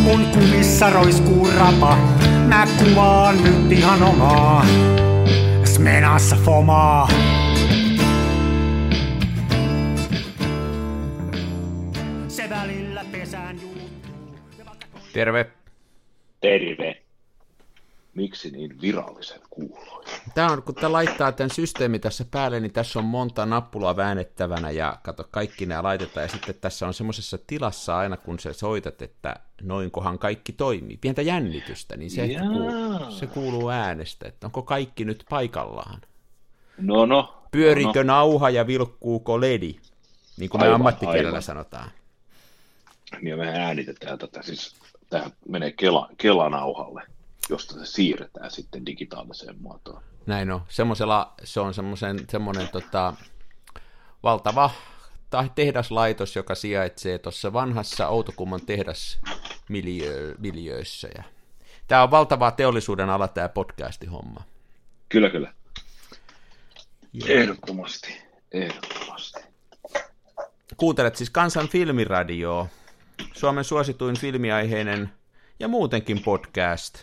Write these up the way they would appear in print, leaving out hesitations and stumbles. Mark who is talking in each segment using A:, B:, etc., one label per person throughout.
A: Mun kumissa roiskuu rapa, mä kuvaan nyt ihan omaa Smenassa fomaa. Se välillä pesään juuttuu.
B: Terve.
C: Terve. Miksi niin viralliset kuuluu?
B: Tämä on, kun tämä laittaa tämän systeemin tässä päälle, niin tässä on monta nappulaa väännettävänä ja kato, kaikki nämä laitetaan. Ja sitten tässä on semmoisessa tilassa aina, kun sä soitat, että noinkohan kaikki toimii. Pientä jännitystä, niin se kuuluu äänestä. Että onko kaikki nyt paikallaan?
C: No.
B: Pyörikö nauha ja vilkkuuko ledi? Niin kuin me ammattikielellä sanotaan.
C: Ja me äänitetään tätä, siis tämä menee Kelanauhalle, josta se siirretään sitten digitaaliseen muotoon.
B: Näin on. Se on semmoinen valtava tehdaslaitos, joka sijaitsee tuossa vanhassa Outokummun tehdasmiljöössä. Tämä on valtava teollisuuden ala, tämä podcasti-homma.
C: Kyllä.
B: Joo.
C: Ehdottomasti.
B: Kuuntelet siis Kansan filmiradioa, Suomen suosituin filmiaiheinen ja muutenkin podcast.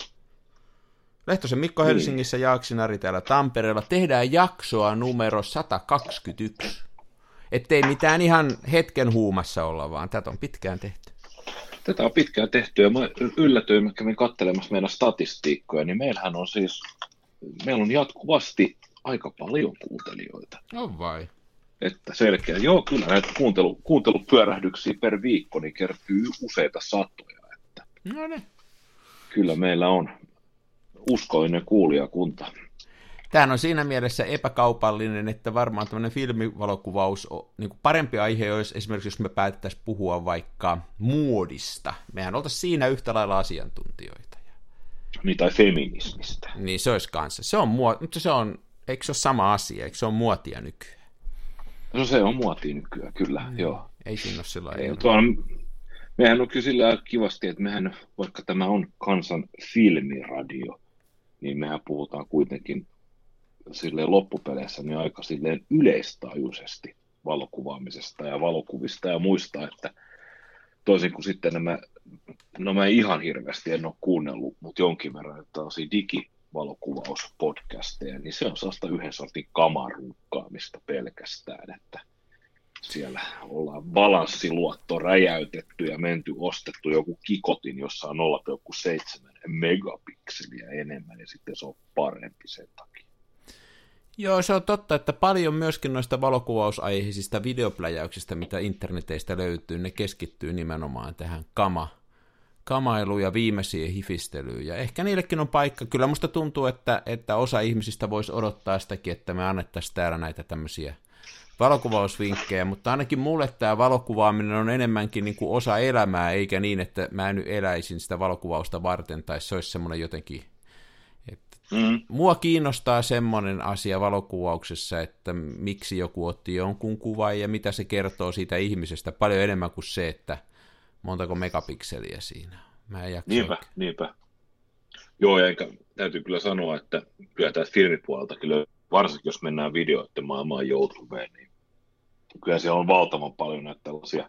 B: Lehtosen Mikko Helsingissä, Jaaksinari täällä Tampereella. Tehdään jaksoa numero 121. Ettei mitään ihan hetken huumassa olla, vaan tätä on pitkään tehty.
C: Tätä on pitkään tehty ja mä yllätyin, mä kävin katselemassa meidän statistiikkoja, niin meillä on jatkuvasti aika paljon kuuntelijoita.
B: On vai?
C: Että selkeä. Joo, kyllä näitä kuuntelupyörähdyksiä per viikko niin kertyy useita satoja. Että
B: No niin.
C: kyllä meillä on uskollinen kuulijakunta.
B: Tämä on siinä mielessä epäkaupallinen, että varmaan tämmöinen filmivalokuvaus on niin kuin parempi aihe olisi esimerkiksi, jos me päätettäisiin puhua vaikka muodista. Mehän oltaisiin siinä yhtä lailla asiantuntijoita.
C: Niin, tai feminismistä.
B: Niin se olisi kanssa. Mutta eikö se ole sama asia? Eikö se ole muotia nykyään?
C: No se on muotia nykyään, kyllä, joo.
B: Ei siinä ole sillä
C: mehän on kyllä sillä kivasti, että vaikka tämä on Kansan filmiradio, niin mehän puhutaan kuitenkin silleen loppupeleissä niin aika silleen yleistajuisesti valokuvaamisesta ja valokuvista ja muista, että toisin kuin sitten mä ihan hirveästi en ole kuunnellut, mutta jonkin verran, että on siinä digivalokuvauspodcasteja, niin se on sellaista yhden sortin kamarukkaamista pelkästään, että siellä ollaan balanssiluotto räjäytetty ja ostettu joku kikotin, jossa on 0,7 megapikseliä enemmän ja sitten se on parempi sen takia.
B: Joo, se on totta, että paljon myöskin noista valokuvausaiheisista videopläjäyksistä, mitä interneteistä löytyy, ne keskittyy nimenomaan tähän kamailuun ja viimeisiin hifistelyyn. Ja ehkä niillekin on paikka. Kyllä musta tuntuu, että osa ihmisistä voisi odottaa sitäkin, että me annettaisiin täällä näitä tämmöisiä valokuvausvinkkejä, mutta ainakin mulle tämä valokuvaaminen on enemmänkin niin kuin osa elämää, eikä niin, että mä nyt eläisin sitä valokuvausta varten, tai se olisi semmoinen jotenkin, että mua kiinnostaa semmoinen asia valokuvauksessa, että miksi joku otti jonkun kuvan ja mitä se kertoo siitä ihmisestä, paljon enemmän kuin se, että montako megapikseliä siinä on.
C: Niinpä. Joo, ja täytyy kyllä sanoa, että kyllä täältä filmipuolelta kyllä, varsinkin jos mennään videoiden maailmaan YouTubeen, niin kyllä siellä on valtavan paljon näitä tällaisia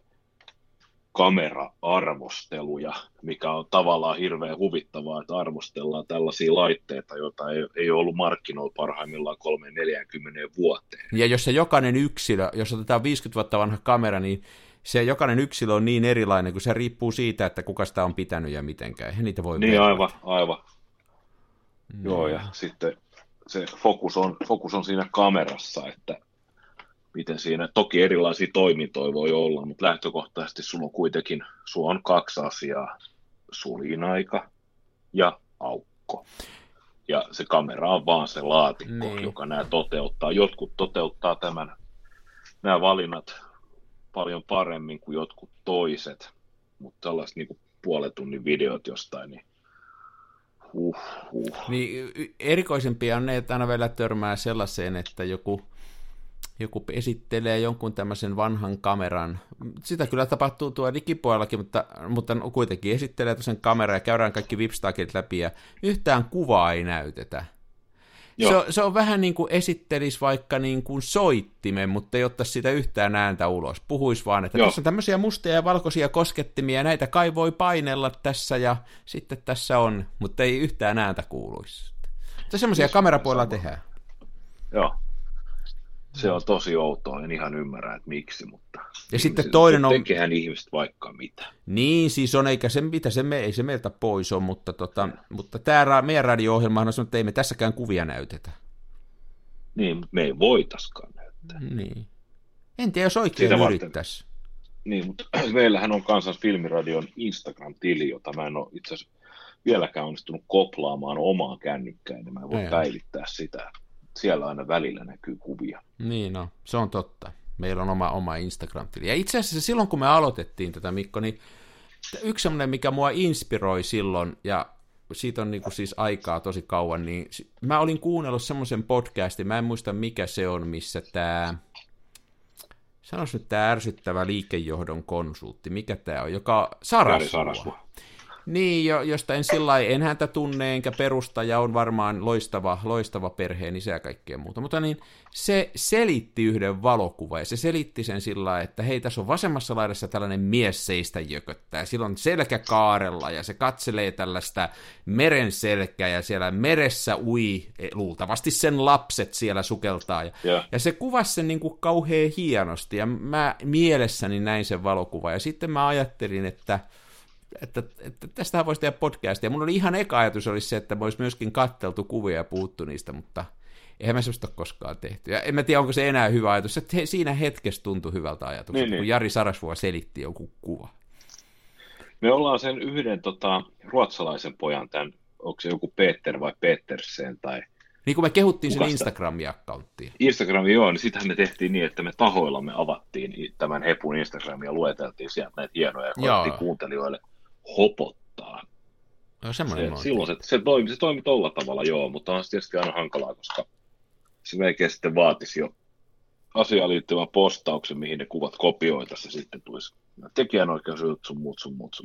C: kamera-arvosteluja, mikä on tavallaan hirveän huvittavaa, että arvostellaan tällaisia laitteita, joita ei ole ollut markkinoilla parhaimmillaan 30-40 vuoteen.
B: Ja jos se jokainen yksilö, jos otetaan 50 vuotta vanha kamera, niin se jokainen yksilö on niin erilainen, kun se riippuu siitä, että kuka sitä on pitänyt ja mitenkään. Eihän niitä voi
C: niin, aivan. No. Joo, ja sitten se fokus on siinä kamerassa, että miten siinä, toki erilaisia toimintoja voi olla, mutta lähtökohtaisesti sulla on kaksi asiaa, suljinaika ja aukko. Ja se kamera on vaan se laatikko, joka nämä toteuttaa. Jotkut toteuttaa nämä valinnat paljon paremmin kuin jotkut toiset, mutta tällaiset niin kuin puolen tunnin videot jostain, niin
B: Niin erikoisempia on ne, että aina vielä törmää sellaiseen, että joku esittelee jonkun tämmöisen vanhan kameran. Sitä kyllä tapahtuu tuo digipuolellakin, mutta kuitenkin esittelee sen kameran ja käydään kaikki vipstakit läpi ja yhtään kuvaa ei näytetä. Se on vähän niin kuin esittelisi vaikka niin kuin soittimen, mutta ei ottaisi sitä yhtään ääntä ulos. Puhuisi vaan, että tässä on tämmöisiä mustia ja valkoisia koskettimia, ja näitä kai voi painella tässä, ja sitten tässä on, mutta ei yhtään ääntä kuuluisi. Mutta semmoisia kamerapuolella tehdään.
C: Joo. Se on tosi outoa, en ihan ymmärrä, että miksi, mutta
B: ja sitten toinen on...
C: tekehän ihmiset vaikka mitä.
B: Niin, siis on, eikä se mitä, ei se meiltä pois ole, mutta tämä meidän radio-ohjelmahan on sanonut, että ei me tässäkään kuvia näytetä.
C: Niin, mutta me ei voitaskaan näyttää.
B: Niin. En tiedä, jos oikein yrittäisi.
C: Niin, mutta meillähän on Kansan Filmiradion Instagram-tili, jota mä en ole itse asiassa vieläkään onnistunut koplaamaan omaan kännykkään, niin mä voin päivittää sitä. Siellä aina välillä näkyy kuvia.
B: Niin, no, se on totta. Meillä on oma Instagram-tili. Ja itse asiassa silloin, kun me aloitettiin tätä, Mikko, niin yksi semmoinen, mikä mua inspiroi silloin, ja siitä on niinku siis aikaa tosi kauan, niin mä olin kuunnellut semmoisen podcastin, mä en muista mikä se on, missä sanois nyt tämä ärsyttävä liikejohdon konsultti, mikä tämä on, joka Sarasvuo. Niin, josta en häntä tunne, enkä perustaja, on varmaan loistava perheen isä ja kaikkea muuta, mutta niin se selitti yhden valokuvan, ja se selitti sen sillä lailla, että hei, tässä on vasemmassa laidassa tällainen mies seistä jököttää, ja sillä on selkä kaarella, ja se katselee tällaista meren selkää, ja siellä meressä luultavasti sen lapset siellä sukeltaa, ja se kuvasi sen niin kuin kauhean hienosti, ja mä mielessäni näin sen valokuvan, ja sitten mä ajattelin, että tästähän voisi tehdä podcastia. Mun oli ihan eka ajatus olisi se, että me olisi myöskin katteltu kuvia ja puhuttu niistä, mutta eihän me sellaista ole koskaan tehty. Ja en mä tiedä, onko se enää hyvä ajatus. Että siinä hetkessä tuntui hyvältä ajatukselta, kun Jari Sarasvuo selitti joku kuva.
C: Me ollaan sen yhden ruotsalaisen pojan, onko se joku Peter vai Petersen tai...
B: Niin kuin me kehuttiin sen Instagram-accounttiin.
C: Instagram, joo, niin sitähän me tehtiin niin, että me tahoillamme avattiin tämän Hepun Instagramia ja lueteltiin sieltä näitä hienoja ja koettiin kuuntelijoille hopottaa.
B: No, semmoinen
C: silloin se toimi tolla tavalla, joo, mutta on se tietysti aina hankalaa, koska se melkein sitten vaatisi jo asiaan liittyvän postauksen, mihin ne kuvat kopioitaisiin, ja sitten tulisi tekijänoikeusjutut sun muut.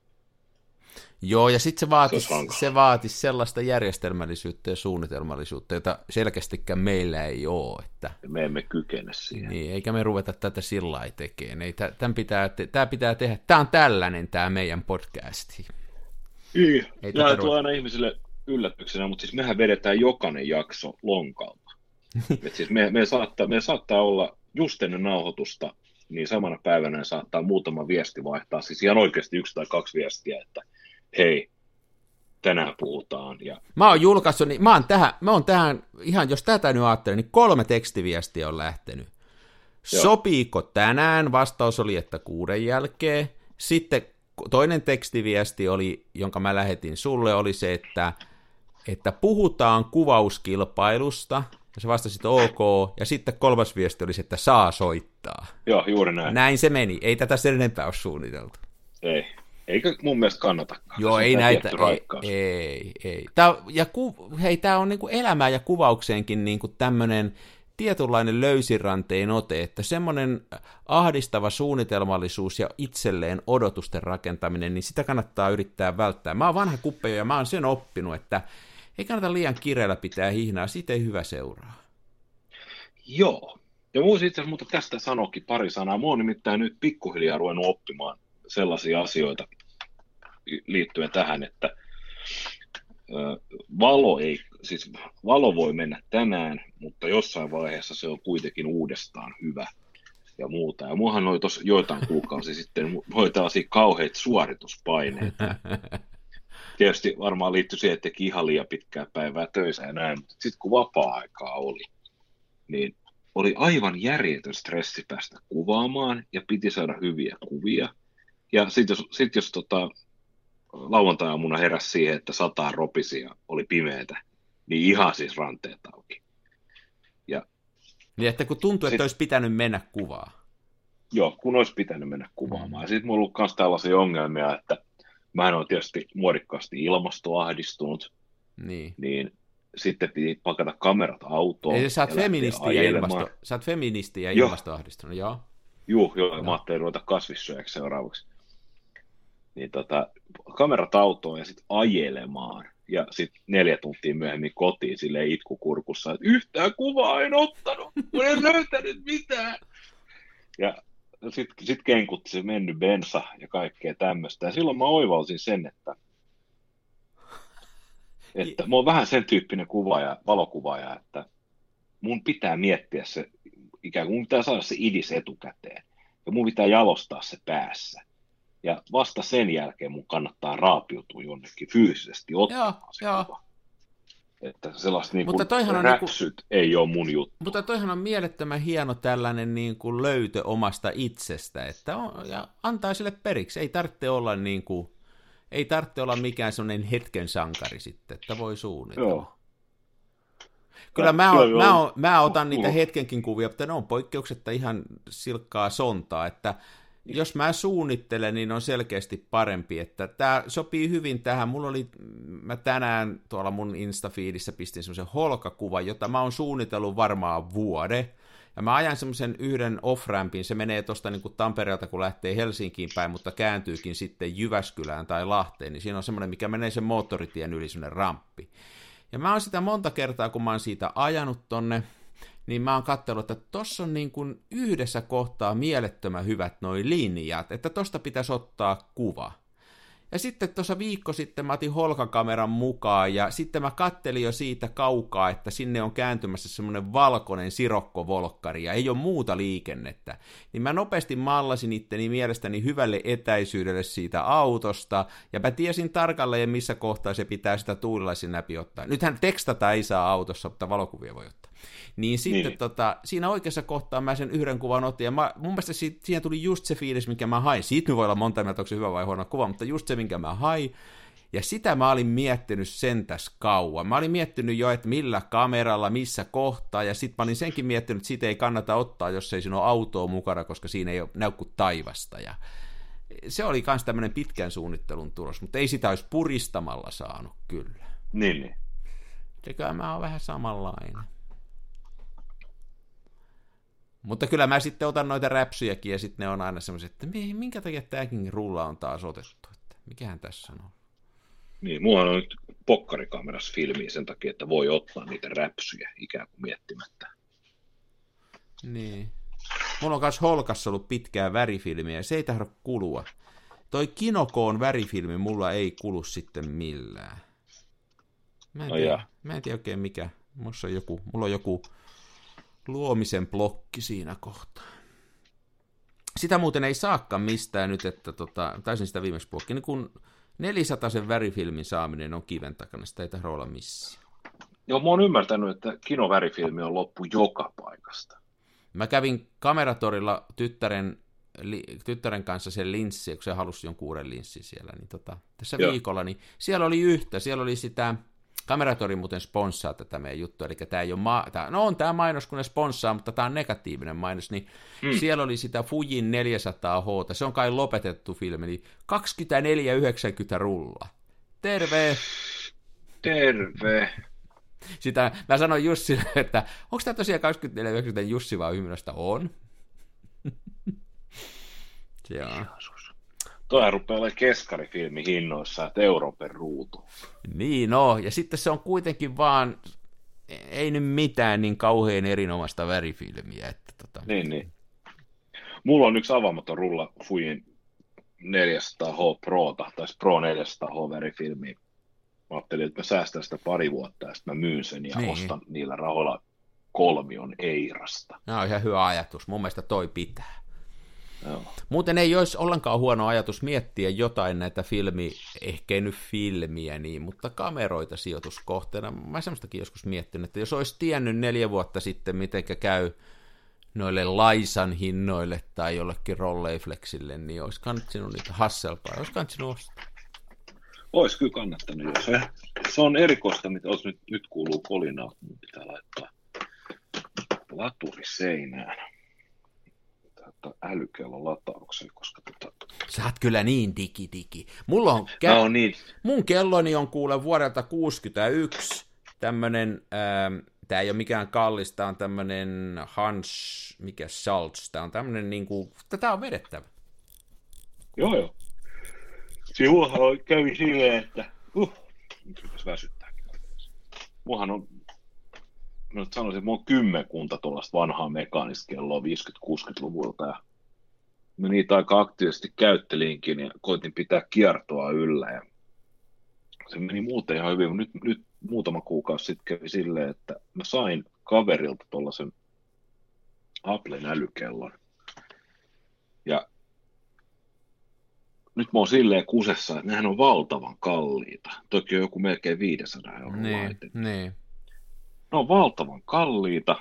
B: Joo, ja sitten se vaatisi sellaista järjestelmällisyyttä ja suunnitelmallisuutta, jota selkeästikään meillä ei ole. Että...
C: Me emme kykene siihen.
B: Niin, eikä me ruveta tätä sillä lailla tekemään. Tämä pitää tehdä. Tämä on tällainen, tämä meidän podcasti.
C: Niin, tämä tulee aina ihmisille yllätyksenä, mutta siis mehän vedetään jokainen jakso lonkalta. Siis me saattaa olla just ennen nauhoitusta, niin samana päivänä saattaa muutama viesti vaihtaa, siis ihan oikeasti 1 tai 2 viestiä, että hei, tänään puhutaan. Ja...
B: Mä oon julkaissut, niin mä oon tähän, ihan jos tätä nyt ajattelen, niin 3 tekstiviestiä on lähtenyt. Joo. Sopiiko tänään? Vastaus oli, että 6 jälkeen. Sitten toinen tekstiviesti oli, jonka mä lähetin sulle, oli se, että puhutaan kuvauskilpailusta. Ja se vastasi, että ok, ja sitten 3. viesti oli se, että saa soittaa.
C: Joo, juuri näin.
B: Näin se meni, ei tätä sen enempää ole suunniteltu.
C: Ei, eikä mun mielestä kannatakaan.
B: Joo, ei näitä, ei. Tämä on niinku elämää ja kuvaukseenkin niinku tämmöinen tietynlainen löysiranteen ote, että semmoinen ahdistava suunnitelmallisuus ja itselleen odotusten rakentaminen, niin sitä kannattaa yrittää välttää. Mä oon vanha kuppejo ja mä oon sen oppinut, että ei kannata liian kireellä pitää hihnaa, siitä ei hyvä seuraa.
C: Joo, ja mulla itse asiassa, mutta tästä sanoikin pari sanaa. Mä oon nimittäin nyt pikkuhiljaa ruvennut oppimaan sellaisia asioita liittyen tähän, että valo voi mennä tänään, mutta jossain vaiheessa se on kuitenkin uudestaan hyvä ja muuta. Ja muahan oli tuossa joitain kuukausia sitten tällaisia kauheita suorituspaineita. Tietysti varmaan liittyi siihen, että teki ihan liian pitkää päivää töissä ja näin, mutta sitten kun vapaa-aikaa oli, niin oli aivan järjetön stressi päästä kuvaamaan ja piti saada hyviä kuvia. Ja sitten jos lauantai-aamuna heräsi siihen, että sataa ropisi ja oli pimeätä, niin ihan siis ranteet auki.
B: Niin, että kun tuntuu, että olisi pitänyt mennä kuvaa.
C: Joo, kun olisi pitänyt mennä kuvaamaan. Ja sitten mulla on ollut myös tällaisia ongelmia, että mä en ole tietysti muodikkaasti ilmastoahdistunut, niin sitten piti pakata kamerat autoon.
B: Eli sä oot feministi ja ilmastoahdistunut, joo?
C: Joo, mä ajattelin ruveta kasvissyöjäksi seuraavaksi. Niin kamerat autoon ja sitten ajelemaan. ja sitten 4 tuntia myöhemmin kotiin silleen itkukurkussa, että yhtään kuvaa en ottanut, kun en löytänyt mitään. Ja sitten kenkutti se mennyt bensa ja kaikkea tämmöistä. Ja silloin mä oivalsin sen, että mä oon vähän sen tyyppinen valokuvaaja, että mun pitää miettiä se, ikään kuin mun pitää saada se idis etukäteen. Ja mun pitää jalostaa se päässä. Ja vasta sen jälkeen mun kannattaa raapiutua jonnekin fyysisesti ottamaan se kuva. Että sellaiset niin kuin räksyt ei ole mun juttu.
B: Mutta toihan on mielettömän hieno tällainen niin kuin löytö omasta itsestä, että ja antaa sille periksi. Ei tarvitse olla mikään semmoinen hetken sankari sitten, että voi suunnitella.
C: Joo.
B: Kyllä mä otan niitä hetkenkin kuvia, mutta ne on poikkeuksetta ihan silkkaa sontaa, että jos mä suunnittelen, niin on selkeästi parempi, että tämä sopii hyvin tähän. Mä tänään tuolla mun Insta-feedissä pistin semmoisen holkakuvan, jota mä oon suunnitellut varmaan vuoden, ja mä ajan semmoisen yhden off-rampin, se menee tuosta niin kuin Tampereelta, kun lähtee Helsinkiin päin, mutta kääntyykin sitten Jyväskylään tai Lahteen, niin siinä on semmoinen, mikä menee sen moottoritien yli, semmoinen ramppi. Ja mä oon sitä monta kertaa, kun mä oon siitä ajanut tonne, niin mä oon katsellut, että tossa on niin kuin yhdessä kohtaa mielettömän hyvät noi linjat, että tosta pitäisi ottaa kuva. Ja sitten tuossa viikko sitten mä otin holkakameran mukaan, ja sitten mä kattelin jo siitä kaukaa, että sinne on kääntymässä semmoinen valkoinen sirokkovolkkari, ja ei ole muuta liikennettä. Niin mä nopeasti mallasin itteni mielestäni hyvälle etäisyydelle siitä autosta, ja mä tiesin tarkalleen, missä kohtaa se pitää sitä tuulilasin läpi ottaa. Nythän tekstata ei saa autossa, mutta valokuvia voi ottaa. Niin sitten siinä oikeassa kohtaa mä sen yhden kuvan otin, ja mun mielestä siihen tuli just se fiilis, minkä mä hain. Siitä voi olla monta mieltä, onko se hyvä vai huono kuva, mutta just se, minkä mä hain. Ja sitä mä olin miettinyt sentäs kauan. Mä olin miettinyt jo, että millä kameralla, missä kohtaa, ja sitten mä olin senkin miettinyt, että siitä ei kannata ottaa, jos ei siinä ole autoa mukana, koska siinä ei ole näykku taivasta. Ja se oli myös tämmöinen pitkän suunnittelun tulos, mutta ei sitä olisi puristamalla saanut kyllä.
C: Niin.
B: Sekään mä oon vähän samanlainen. Mutta kyllä mä sitten otan noita räpsyjäkin, ja sitten ne on aina semmoiset, että minkä takia tämäkin rulla on taas otettu, että mikähän tässä on ollut.
C: Niin, mulla on nyt pokkarikamerassa filmiä sen takia, että voi ottaa niitä räpsyjä ikään kuin miettimättä.
B: Niin. Mulla on myös holkassa ollut pitkää värifilmiä, ja se ei tahdo kulua. Toi Kinokoon värifilmi mulla ei kulu sitten millään. Mä en tiedä oikein mikä. Mulla on joku luomisen blokki siinä kohtaa. Sitä muuten ei saakaan mistään nyt, että taisin sitä viimeksi blokki, niin kun 400 värifilmin saaminen on kiven takana, sitä ei tahdo olla missään.
C: Joo, mä oon ymmärtänyt, että kinovärifilmi on loppu joka paikasta.
B: Mä kävin Kameratorilla tyttären kanssa sen linssi, kun se halusi jonkun uuden linssin siellä, niin tässä viikolla, niin siellä oli sitä. Kameratori muuten sponssaa tätä meidän juttua, eli tämä ei ole on tämä mainos, kun ne sponssaa, mutta tämä on negatiivinen mainos, niin siellä oli sitä Fujin 400H, se on kai lopetettu filmi, niin 24,90 rulla. Terve!
C: Terve!
B: Sitä, mä sanoin Jussille, että onko tämä tosiaan 24,90 Jussi vaan ymmärrästä? On. Joo.
C: Toihan rupeaa olemaan keskarifilmi hinnoissa, että euro per ruutu.
B: Niin, ja sitten se on kuitenkin vaan, ei nyt mitään niin kauhean erinomaista värifilmiä. Että
C: Niin. Mulla on yksi avaamaton rulla Fujin 400H Prota, tai Pro 400H värifilmiä. Mä ajattelin, että mä säästän sitä pari vuotta, ja sitten mä myyn sen ja ostan niillä rahoilla kolmion Eirasta.
B: No, ihan hyvä ajatus. Mun mielestä toi pitää.
C: Joo.
B: Muuten ei olisi ollenkaan huono ajatus miettiä jotain näitä ehkä ei nyt filmiä, niin, mutta kameroita sijoituskohteena. Mä semmoistakin joskus miettinyt, että jos olisi tiennyt 4 vuotta sitten, miten käy noille Laisan hinnoille tai jollekin Rolleiflexille, niin olisi kannattanut niitä Hasselblad, olisi kannattanut ostaa.
C: Olisi kyllä kannattanut. Se on erikoista, mitä olisi nyt kuuluu kolinaa, kun pitää laittaa laturi seinään. Älykellon lataukseen, koska
B: Sä oot kyllä niin digi. Mulla on
C: niin.
B: Mun kelloni on kuule vuodelta 61, tämmönen, tää ei ole mikään kallis, tää on tämmönen Schultz, tää on tämmönen niinku, tätä on vedettävä.
C: Joo. Sivullahan kävi silleen, että nyt rupesi väsyttääkin. Mullahan on, mä nyt sanoisin, että mulla on kymmenkunta tuollaista vanhaa mekaanista kelloa 50-60-luvulta, ja mä niitä aika aktiivisesti käyttelinkin, ja koitin pitää kiertoa yllä, ja se meni muuten ihan hyvin, mutta nyt muutama kuukausi sitten kävi silleen, että mä sain kaverilta tuollaisen Applen älykellon, ja nyt mä oon silleen kusessa, että nehän on valtavan kalliita. Toki on joku melkein 500 € laite.
B: Niin.
C: Ne on valtavan kalliita.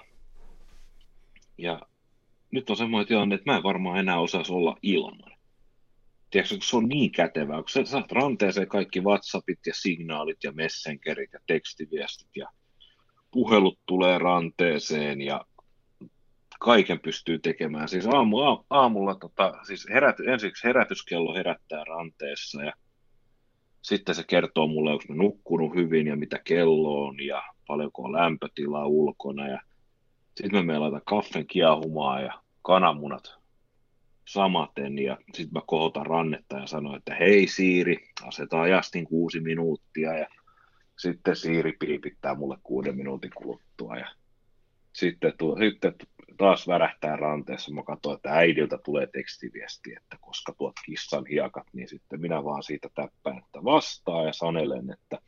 C: Ja nyt on semmoinen tilanne, että mä en varmaan enää osaisi olla ilman. Tiedätkö, kun se on niin kätevää, kun sä saat ranteeseen kaikki WhatsAppit ja signaalit ja messengerit ja tekstiviestit ja puhelut tulee ranteeseen ja kaiken pystyy tekemään. Siis aamulla siis ensiksi herätyskello herättää ranteessa ja sitten se kertoo mulle, onko mä nukkunut hyvin ja mitä kello on ja paljonko on lämpötilaa ulkona. Ja sitten mä laitan kaffen kiehumaan ja kananmunat samaten ja sitten mä kohotan rannetta ja sanon, että hei Siiri, aseta ajastin 6 minuuttia ja sitten Siiri piipittää mulle 6 minuutin kuluttua ja sitten taas värähtää ranteessa. Mä katsoin, että äidiltä tulee tekstiviesti, että koska tuot kissan hiekat, niin sitten minä vaan siitä täppään, että vastaa ja sanelen, että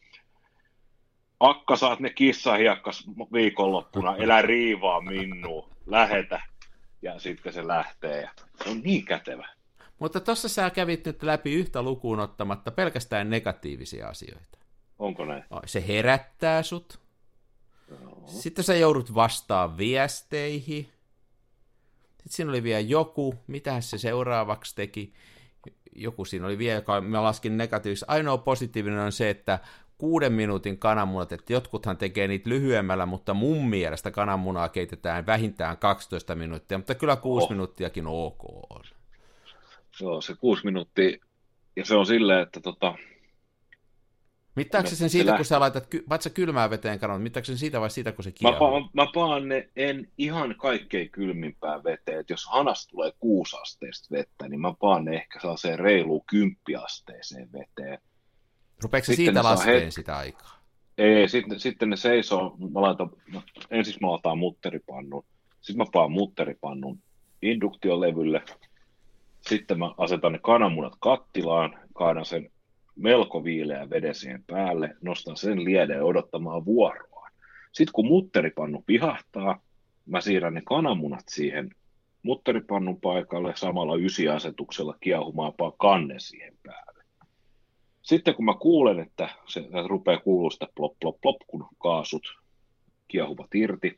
C: akka saat ne kissan hiekkas viikonloppuna, elä riivaa minua, lähetä. Ja sitten se lähtee ja se on niin kätevä.
B: Mutta tossa sä kävit nyt läpi yhtä lukuun ottamatta pelkästään negatiivisia asioita.
C: Onko näin?
B: Se herättää sut.
C: Joo.
B: Sitten sä joudut vastaan viesteihin. Sitten siinä oli vielä joku, mitähän se seuraavaksi teki. Joku siinä oli vielä, joka mä laskin negatiivisesti. Ainoa positiivinen on se, että 6 minuutin kananmunat, että jotkuthan tekee niitä lyhyemmällä, mutta mun mielestä kananmunaa keitetään vähintään 12 minuuttia, mutta kyllä 6 minuuttiakin ok on.
C: Joo, se 6 minuuttia, ja se on silleen, että
B: mittaako sen siitä, kun sä laitat, paitsi sä kylmää veteen kananmunat, mittaako sen siitä vai siitä, kun se kiehuu?
C: Mä paan ne en ihan kaikkein kylmimpään veteen, että jos hanasta tulee 6 asteista vettä, niin mä paan ne ehkä sellaiseen reiluun 10 asteeseen veteen.
B: Rupeeko se siitä laskeen sitä aikaa?
C: Ei, sitten ne seisoo, ensin mä laitan mutteripannun, sitten mä paan mutteripannun induktiolevylle, sitten mä asetan ne kananmunat kattilaan, kaadan sen melko viileän veden siihen päälle, nostan sen lieden odottamaan vuoroaan. Sitten kun mutteripannu pihahtaa, mä siirrän ne kananmunat siihen mutteripannun paikalle samalla 9-asetuksella kiehumaan kannen siihen päälle. Sitten kun mä kuulen, että se rupeaa kuulua sitä plop, plop, plop, kun kaasut kiehuvat irti,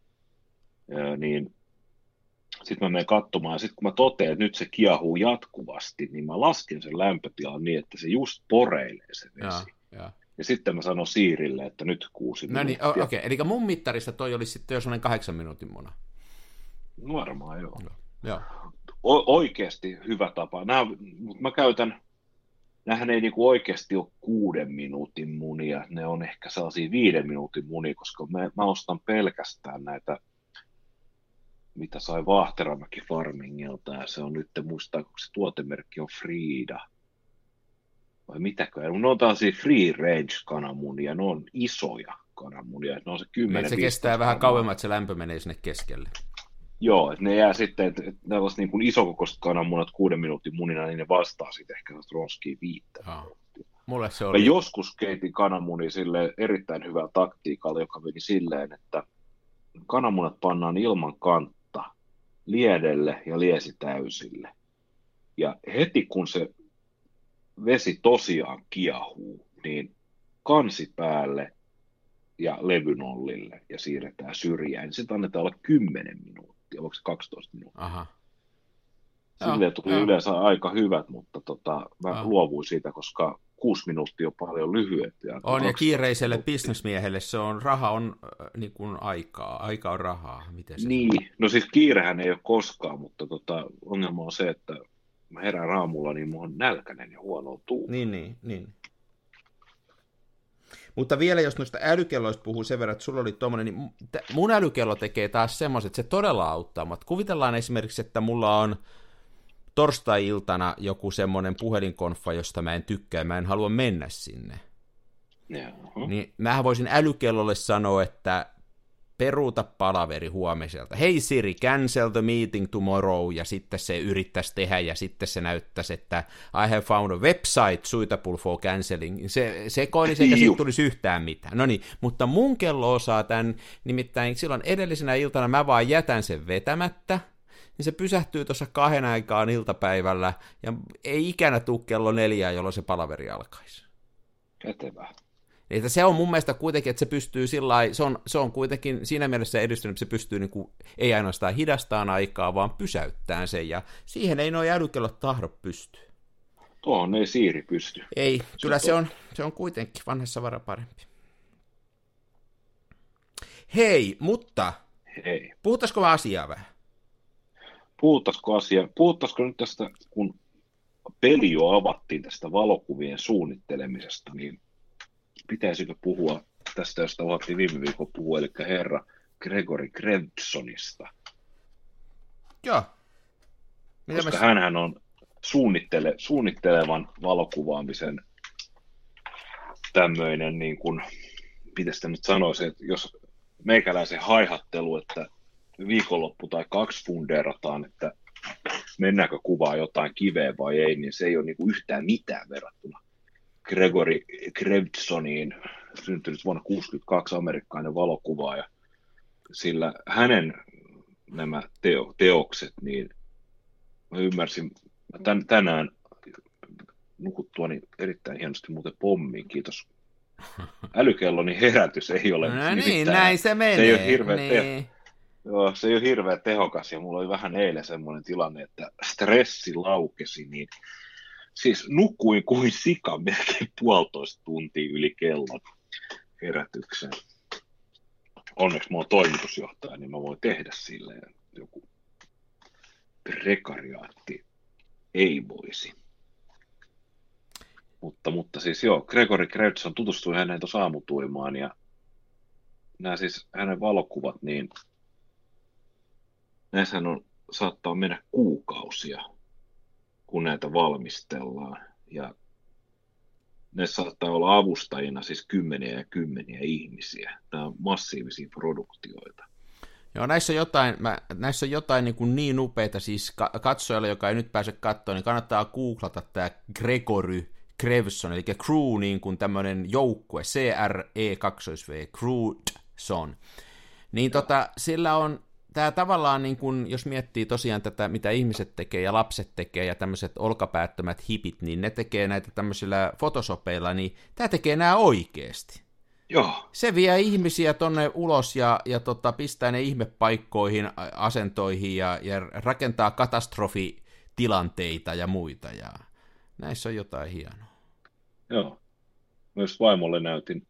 C: niin sitten mä menen katsomaan, ja sitten kun mä totean, että nyt se kiehuu jatkuvasti, niin mä lasken sen lämpötilan niin, että se just poreilee se vesi. Ja sitten mä sanon Siirille, että nyt 6 minuuttia.
B: No niin, okei. Eli mun mittarissa toi olisi sitten jo sellainen 8 minuutin muna.
C: Varmaan joo.
B: Joo.
C: Oikeasti hyvä tapa. Mutta mä käytän, nämähän ei niinku oikeasti ole 6 minuutin munia, ne on ehkä sellaisia 5 minuutin munia, koska mä ostan pelkästään näitä, mitä sai Vahteramäki Farmingilta, ja se on nyt, muistaako se tuotemerkki on Frida, vai mitäkö, ne on tällaisia free range kananmunia, ne on isoja kananmunia, ne on se 10-15.
B: Se kestää vähän kauemmin, että se lämpö menee sinne keskelle.
C: Joo, että ne jää sitten, että ne on niin kuin isokokoiset kananmunat 6 minuutin munina, niin ne vastaa sitten ehkä ronskiin 5 minuuttia.
B: Mulle se oli.
C: Mä joskus keitin kananmunia silleen erittäin hyvällä taktiikalla, joka meni silleen, että kananmunat pannaan ilman kantta liedelle ja liesi täysille. Ja heti kun se vesi tosiaan kiehuu, niin kansi päälle ja levynollille ja siirretään syrjään. Niin sitten annetaan olla 10 minuuttia, onko se 12 minuuttia?
B: Aha.
C: Silleen tuli yleensä aika hyvät, mutta mä luovuin siitä, koska 6 minuuttia on paljon lyhyempi.
B: On, ja kiireiselle bisnesmiehelle se on, raha on niin kuin aikaa. Aika on rahaa. Miten se
C: niin, no siis kiirehän ei ole koskaan, mutta ongelma on se, että mä herään aamulla, niin mä oon nälkäinen ja huono tuu.
B: Niin. Mutta vielä jos noista älykelloista puhuu sen verran, että sulla oli tommoinen, niin mun älykello tekee taas semmoiset, että se todella auttaa. Mutta kuvitellaan esimerkiksi, että mulla on torstai-iltana joku semmoinen puhelinkonfa, josta mä en tykkää, mä en halua mennä sinne. Niin mähän voisin älykellolle sanoa, että peruuta palaveri huomiselta. Hei Siri, cancel the meeting tomorrow, ja sitten se yrittäisi tehdä, ja sitten se näyttäisi, että I have found a website suitable for cancelling. Se koilisi, eikä siitä tulisi yhtään mitään. No niin, mutta mun kello osaa tämän, nimittäin silloin edellisenä iltana mä vaan jätän sen vetämättä, niin se pysähtyy tuossa 2 aikaan iltapäivällä, ja ei ikänä tule kello 4, jolloin se palaveri alkaisi.
C: Kätevää.
B: Että se on mun mielestä kuitenkin, että se pystyy sillai, se on kuitenkin siinä mielessä edistynyt, että se pystyy niin kuin, ei ainoastaan hidastaan aikaa, vaan pysäyttämään sen, ja siihen ei nuo älykellot tahdo pystyä.
C: Tuohon ei Siri pysty.
B: Ei, kyllä se on kuitenkin vanhassa vara parempi. Hei, mutta puhutaanko asiaa vähän?
C: Puhuttaisiko nyt tästä, kun peli jo avattiin tästä valokuvien suunnittelemisesta, niin pitäisikö puhua tästä, josta uhattiin viime viikolla puhua, eli herra Gregory Grevsonista.
B: Joo.
C: Koska hänhän on suunnittelevan valokuvaamisen tämmöinen, niin kuin, miten sitä nyt sanoisi, että jos meikäläisen haihattelu, että viikonloppu tai 2 fundeerataan, että mennäänkö kuvaa jotain kiveä vai ei, niin se ei ole niin kuin yhtään mitään verrattuna Gregory Grevsoniin, syntynyt vuonna 1962 amerikkalainen valokuvaaja, sillä hänen nämä teokset, niin mä ymmärsin tänään nukuttuani erittäin hienosti muuten pommiin, kiitos. Älykelloni herätys ei ole
B: näin se menee.
C: Se ei ole hirveän Joo, se ei ole hirveän tehokas, ja mulla oli vähän eilen semmoinen tilanne, että stressi laukesi, niin siis nukuin kuin sika melkein 1,5 tuntia yli kellon herätykseen. Onneksi mä oon toimitusjohtaja, niin mä voin tehdä silleen joku prekariaatti ei voisi. Mutta siis joo, Gregory Grevson tutustui häneen tuossa aamutuimaan, ja nämä siis hänen valokuvat, niin näissähän saattaa mennä kuukausia, kun näitä valmistellaan, ja ne saattaa olla avustajina siis kymmeniä ja kymmeniä ihmisiä. Nämä on massiivisia produktioita.
B: Joo, näissä on jotain niin upeita, siis katsojalle, joka ei nyt pääse katsoa, niin kannattaa googlata tämä Gregory Grevson, eli Crew, niin kuin tämmöinen joukkue, C-R-E-2-V, Crewson. Niin sillä on tämä tavallaan, niin kun, jos miettii tosiaan tätä, mitä ihmiset tekee ja lapset tekee ja tämmöiset olkapäättömät hipit, niin ne tekee näitä tämmöisillä photoshopeilla, niin tämä tekee nämä oikeasti.
C: Joo.
B: Se vie ihmisiä tonne ulos ja pistää ne ihmepaikkoihin, asentoihin ja rakentaa katastrofitilanteita ja muita. Ja näissä on jotain hienoa.
C: Joo. Myös vaimolle näytin,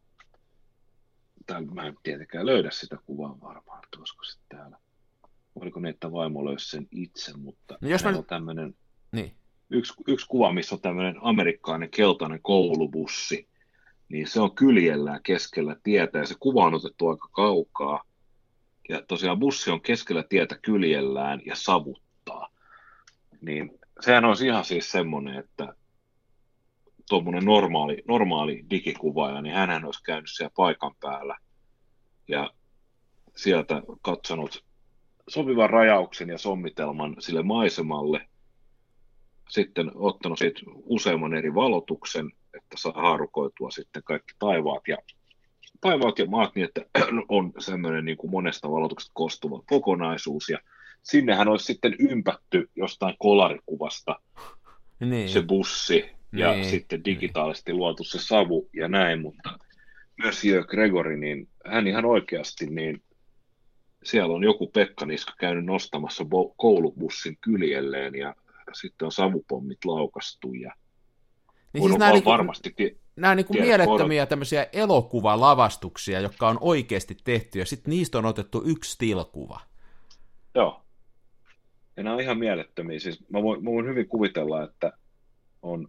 C: mä en tietenkään löydä sitä kuvaa varmaan, olisiko se täällä. Oliko niin, että vaimo löysi sen itse, mutta
B: no jos
C: on tämmöinen yksi kuva, missä on tämmöinen amerikkalainen keltainen koulubussi, niin se on kyljellään keskellä tietä, ja se kuva on otettu aika kaukaa, ja tosiaan bussi on keskellä tietä kyljellään ja savuttaa. Niin sehän olisi ihan siis semmoinen, että tuommoinen normaali digikuvaaja, niin hänhän olisi käynyt siellä paikan päällä, ja sieltä katsonut sopivan rajauksen ja sommitelman sille maisemalle, sitten ottanut siitä useamman eri valotuksen, että saa haarukoitua sitten kaikki taivaat ja maat niin, että on semmoinen niin kuin monesta valotuksesta koostuva kokonaisuus, ja sinnehän olisi sitten ympätty jostain kolarikuvasta se bussi, ja sitten digitaalisesti luotu se savu ja näin, mutta Monsieur Gregory, niin hän ihan oikeasti, niin siellä on joku Pekka-niska käynyt nostamassa koulubussin kyljelleen, ja sitten on savupommit laukastu, ja
B: niin siis nämä on mielettömiä tämmöisiä elokuvalavastuksia, jotka on oikeasti tehty, ja sitten niistä on otettu yksi tilkuva.
C: Joo. Ja nämä on ihan mielettömiä. Siis mä voin hyvin kuvitella, että on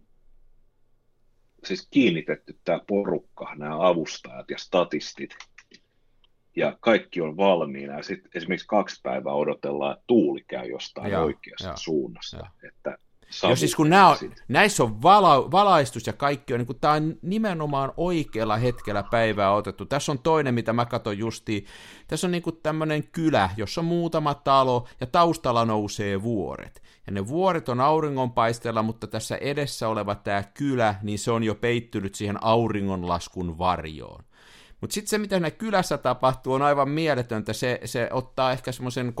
C: siis kiinnitetty tämä porukka, nämä avustajat ja statistit, ja kaikki on valmiina, ja sitten esimerkiksi 2 päivää odotellaan, että tuuli käy jostain oikeasta suunnasta. Että
B: Jos siis kun näissä on valaistus ja kaikki on, niin tämä on nimenomaan oikealla hetkellä päivää otettu. Tässä on toinen, mitä mä katson justiin. Tässä on niin tämmöinen kylä, jossa on muutama talo ja taustalla nousee vuoret. Ja ne vuoret on auringonpaisteella, mutta tässä edessä oleva tämä kylä, niin se on jo peittynyt siihen auringonlaskun varjoon. Mutta sitten se, mitä siinä kylässä tapahtuu, on aivan mieletöntä. Se ottaa ehkä semmoisen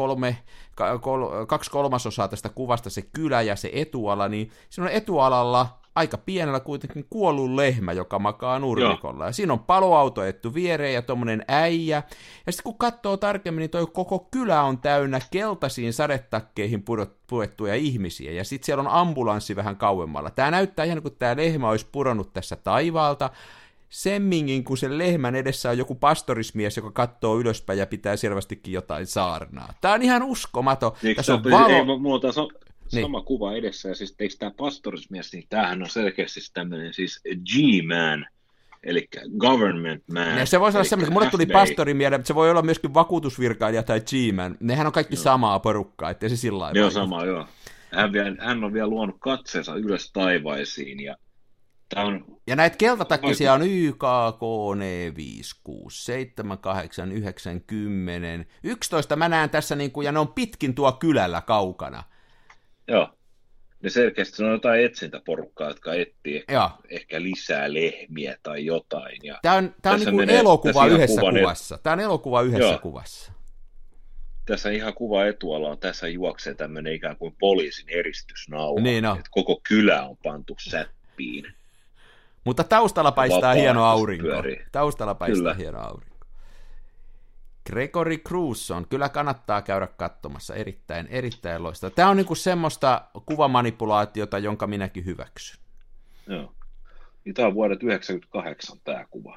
B: 2/3 tästä kuvasta se kylä ja se etuala, niin siinä on etualalla aika pienellä kuitenkin kuollut lehmä, joka makaa nurmikolla. Ja siinä on paloauto ettu viereen ja tommonen äijä. Ja sitten kun katsoo tarkemmin, niin toi koko kylä on täynnä keltaisiin sadetakkeihin puettuja ihmisiä. Ja sitten siellä on ambulanssi vähän kauemmalla. Tää näyttää ihan kuin tää lehmä olisi pudonnut tässä taivaalta. Semmingin, kun sen lehmän edessä on joku pastorismies, joka katsoo ylöspäin ja pitää selvästikin jotain saarnaa. Tää on ihan uskomaton. Tässä on valo.
C: Mulla on tässä sama kuva edessä, ja siis eikö tämä pastorismies, niin tämähän on selkeästi tämmöinen siis G-man, eli government man.
B: Ja se voisi olla semmoinen, mulle tuli pastori mieleen, mutta se voi olla myöskin vakuutusvirkailija tai G-man. Nehän on kaikki samaa porukkaa, ettei se sillä lailla.
C: Joo, sama, joo. Hän on vielä luonut katseensa ylös taivaisiin,
B: ja näitä keltatakkisia on YKK, 5, 6, 7, 8, 9, 10, 11 mä näen tässä, ja ne on pitkin tuo kylällä kaukana.
C: Joo, ne selkeästi se on jotain etsintäporukkaa, jotka etsii ehkä lisää lehmiä tai jotain.
B: Tämä on niin kuin elokuva yhdessä kuvassa. Tämä on elokuva yhdessä kuvassa.
C: Tässä ihan kuva etualla on, tässä juoksee tämmöinen ikään kuin poliisin eristysnauha,
B: niin
C: että koko kylä on pantu säppiin.
B: Mutta taustalla paistaa hieno aurinko. Taustalla paistaa hieno aurinko. Gregory Crewson, kyllä kannattaa käydä katsomassa, erittäin loistava. Tämä on niinku semmoista kuvamanipulaatiota, jonka minäkin hyväksyn.
C: Joo. Tämä on vuodet 1998 tämä kuva.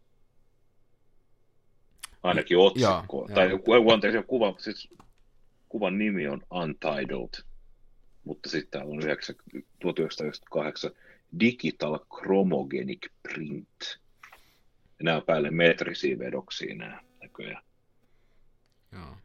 C: Ainakin otsikko. Tai kuvan nimi on Untitled, mutta sitten täällä on 1998 Digital Chromogenic Print. Ja nämä on päälle metrisiä vedoksia nämä näköjään.
B: Joo.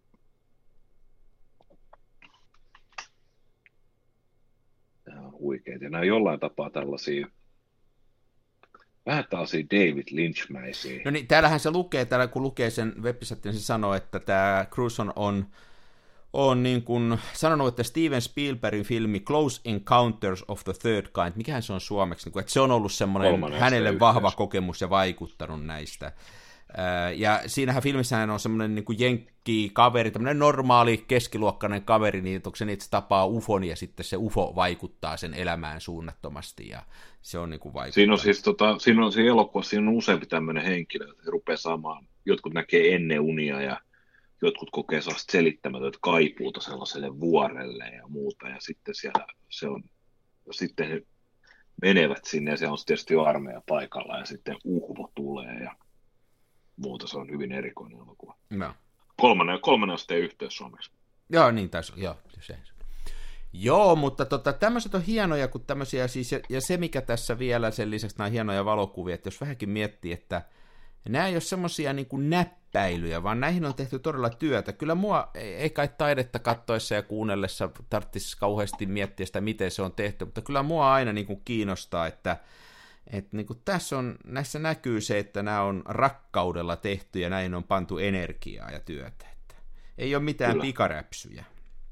C: Nämä on huikeita. Ja nämä on jollain tapaa tällaisia, vähän tällaisia David Lynch-mäisiä.
B: No niin, täällähän se lukee, kun lukee sen webisattin, niin se sanoo, että tämä Crewson on niin kuin sanonut, että Steven Spielbergin filmi Close Encounters of the Third Kind, mikähän se on suomeksi, että se on ollut semmoinen hänelle vahva kokemus ja vaikuttanut näistä. Ja siinähän filmissähän on semmoinen niin kuin jenkkikaveri, tämmöinen normaali keskiluokkainen kaveri, niin onko se niin, että se tapaa ufon ja sitten se ufo vaikuttaa sen elämään suunnattomasti ja se on niin kuin vaikuttanut.
C: Siinä on siis siinä on siinä elokuvassa, siinä on useampi tämmöinen henkilö, että rupeaa saamaan, jotkut näkee ennen unia ja jotkut kokee sellaista selittämätöntä kaipuuta sellaiselle vuorelle ja muuta, ja sitten siellä sitten he menevät sinne, ja siellä on tietysti armeija paikalla, ja sitten uhvo tulee, ja muuta, se on hyvin erikoinen elokuva.
B: No.
C: Kolmannen asteen yhteys suomeksi.
B: Joo, niin taisi, joo, se. Joo, mutta tämmöiset on hienoja kuin tämmöisiä, siis, ja se mikä tässä vielä sen lisäksi nämä hienoja valokuvia, että jos vähänkin miettii, että nämä ei ole semmoisia niin kuin näppäilyjä, vaan näihin on tehty todella työtä. Kyllä mua ei kai taidetta katsoessa ja kuunnellessa tarvitsisi kauheasti miettiä sitä, miten se on tehty, mutta kyllä mua aina niin kuin kiinnostaa, että niin kuin näissä näkyy se, että nämä on rakkaudella tehty ja näin on pantu energiaa ja työtä. Että ei ole mitään pikaräpsyjä.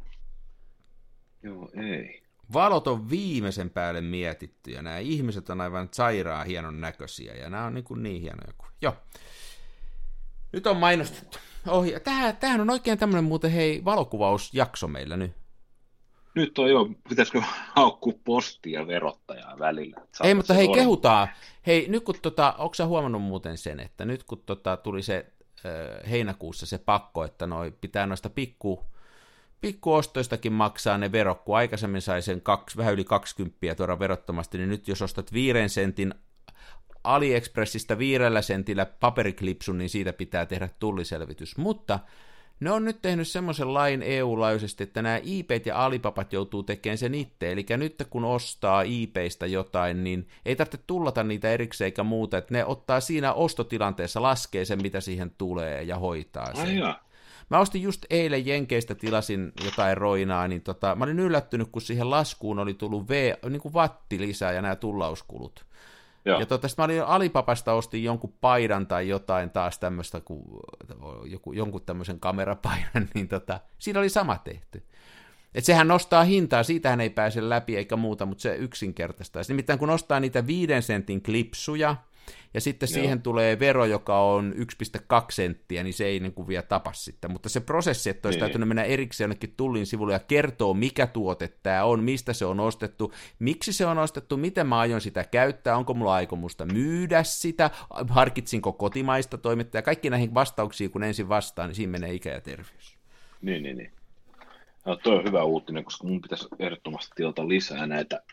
C: Joo, ei.
B: Valot on viimeisen päälle mietitty ja nämä ihmiset on aivan sairaan hienon näköisiä ja nämä on niin hienoja kuin. Joo. Nyt on mainostettu. Tämähän on oikein tämmöinen muuten valokuvausjakso meillä nyt.
C: Nyt on jo, pitäisikö haukkua postia verottajaa välillä?
B: Ei, mutta kehutaan. Hei, nyt kun onko sä huomannut muuten sen, että nyt kun tuli se heinäkuussa se pakko, että pitää noista pikkuostoistakin maksaa ne verot, kun aikaisemmin sai sen vähän yli 20 tuoda verottomasti, niin nyt jos ostat 5 sentin AliExpressistä 5 sentillä paperiklipsun, niin siitä pitää tehdä tulliselvitys. Mutta ne on nyt tehnyt semmoisen lain EU-laajuisesti, että nämä eBayt ja Alibabat joutuu tekemään sen itse. Eli nyt kun ostaa eBaystä jotain, niin ei tarvitse tullata niitä erikseen eikä muuta. Että ne ottaa siinä ostotilanteessa, laskee sen, mitä siihen tulee ja hoitaa sen. Mä ostin just eilen Jenkeistä, tilasin jotain roinaa, niin mä olin yllättynyt, kun siihen laskuun oli tullut niin kuin watti lisää ja nämä tullauskulut. Joo. Ja sitten mä olin Alipapasta, ostin jonkun paidan tai jotain taas tämmöistä, jonkun tämmöisen kamerapaidan, niin siinä oli sama tehty. Että sehän nostaa hintaa, siitähän ei pääse läpi eikä muuta, mutta se yksinkertaistaa. Nimittäin kun ostaa niitä 5 sentin klipsuja, ja sitten siihen tulee vero, joka on 1,2 senttiä, niin se ei niin kuin vielä tapa sitten. Mutta se prosessi, että olisi täytynyt mennä erikseen jonnekin Tullin sivulle ja kertoo, mikä tuote tämä on, mistä se on ostettu, miksi se on ostettu, miten mä aion sitä käyttää, onko mulla aikomusta myydä sitä, harkitsinko kotimaista toimittajaa, kaikki näihin vastauksiin, kun ensin vastaan, niin siinä menee ikä ja terveys.
C: Niin. No, toi on hyvä uutinen, koska mun pitäisi ehdottomasti tilata lisää näitä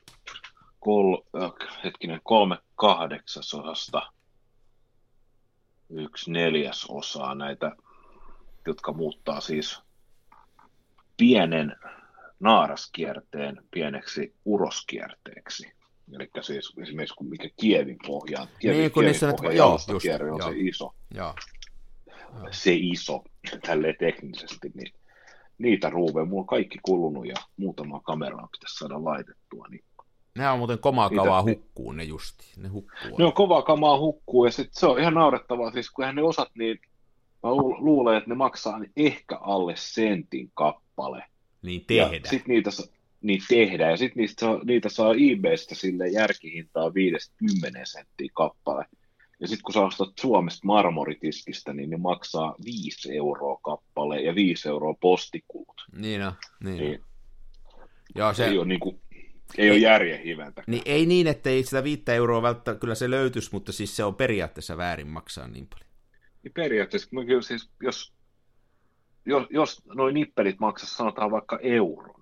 C: 3/8 1/4 näitä, jotka muuttaa siis pienen naaraskierteen pieneksi uroskierteeksi. Eli siis esimerkiksi mikä Kievin pohjaan. Kievin pohjaan jalustakierre on se iso. Joo. Se iso, tälleen teknisesti, niin niitä ruuveja. Mulla on kaikki kulunut ja muutama kameraa pitäisi saada laitettua. Niin
B: ne on muuten kovaa kamaa hukkuu, ne justi. Ne hukkuu.
C: Ne on kovaa kamaa hukkuu, ja sitten se on ihan naurettavaa, siis kun ne osat, niin mä luulen, että ne maksaa niin ehkä alle sentin kappale.
B: Niin tehdään.
C: Ja sitten niitä tehdään, ja sitten niitä saa eBaystä sille järkihintaa 5-10 senttiä kappale. Ja sitten kun sä ostat Suomesta marmoritiskistä, niin ne maksaa 5 euroa kappale ja 5 euroa postikulut.
B: Niin. Joo,
C: se ei ole niinku... Ei ole järjen hiventä.
B: Niin ei niin, että ei sitä 5 euroa välttämättä, kyllä se löytyisi, mutta siis se on periaatteessa väärin maksaa niin paljon.
C: Niin periaatteessa, siis, jos nuo nippelit maksaisi sanotaan vaikka euron,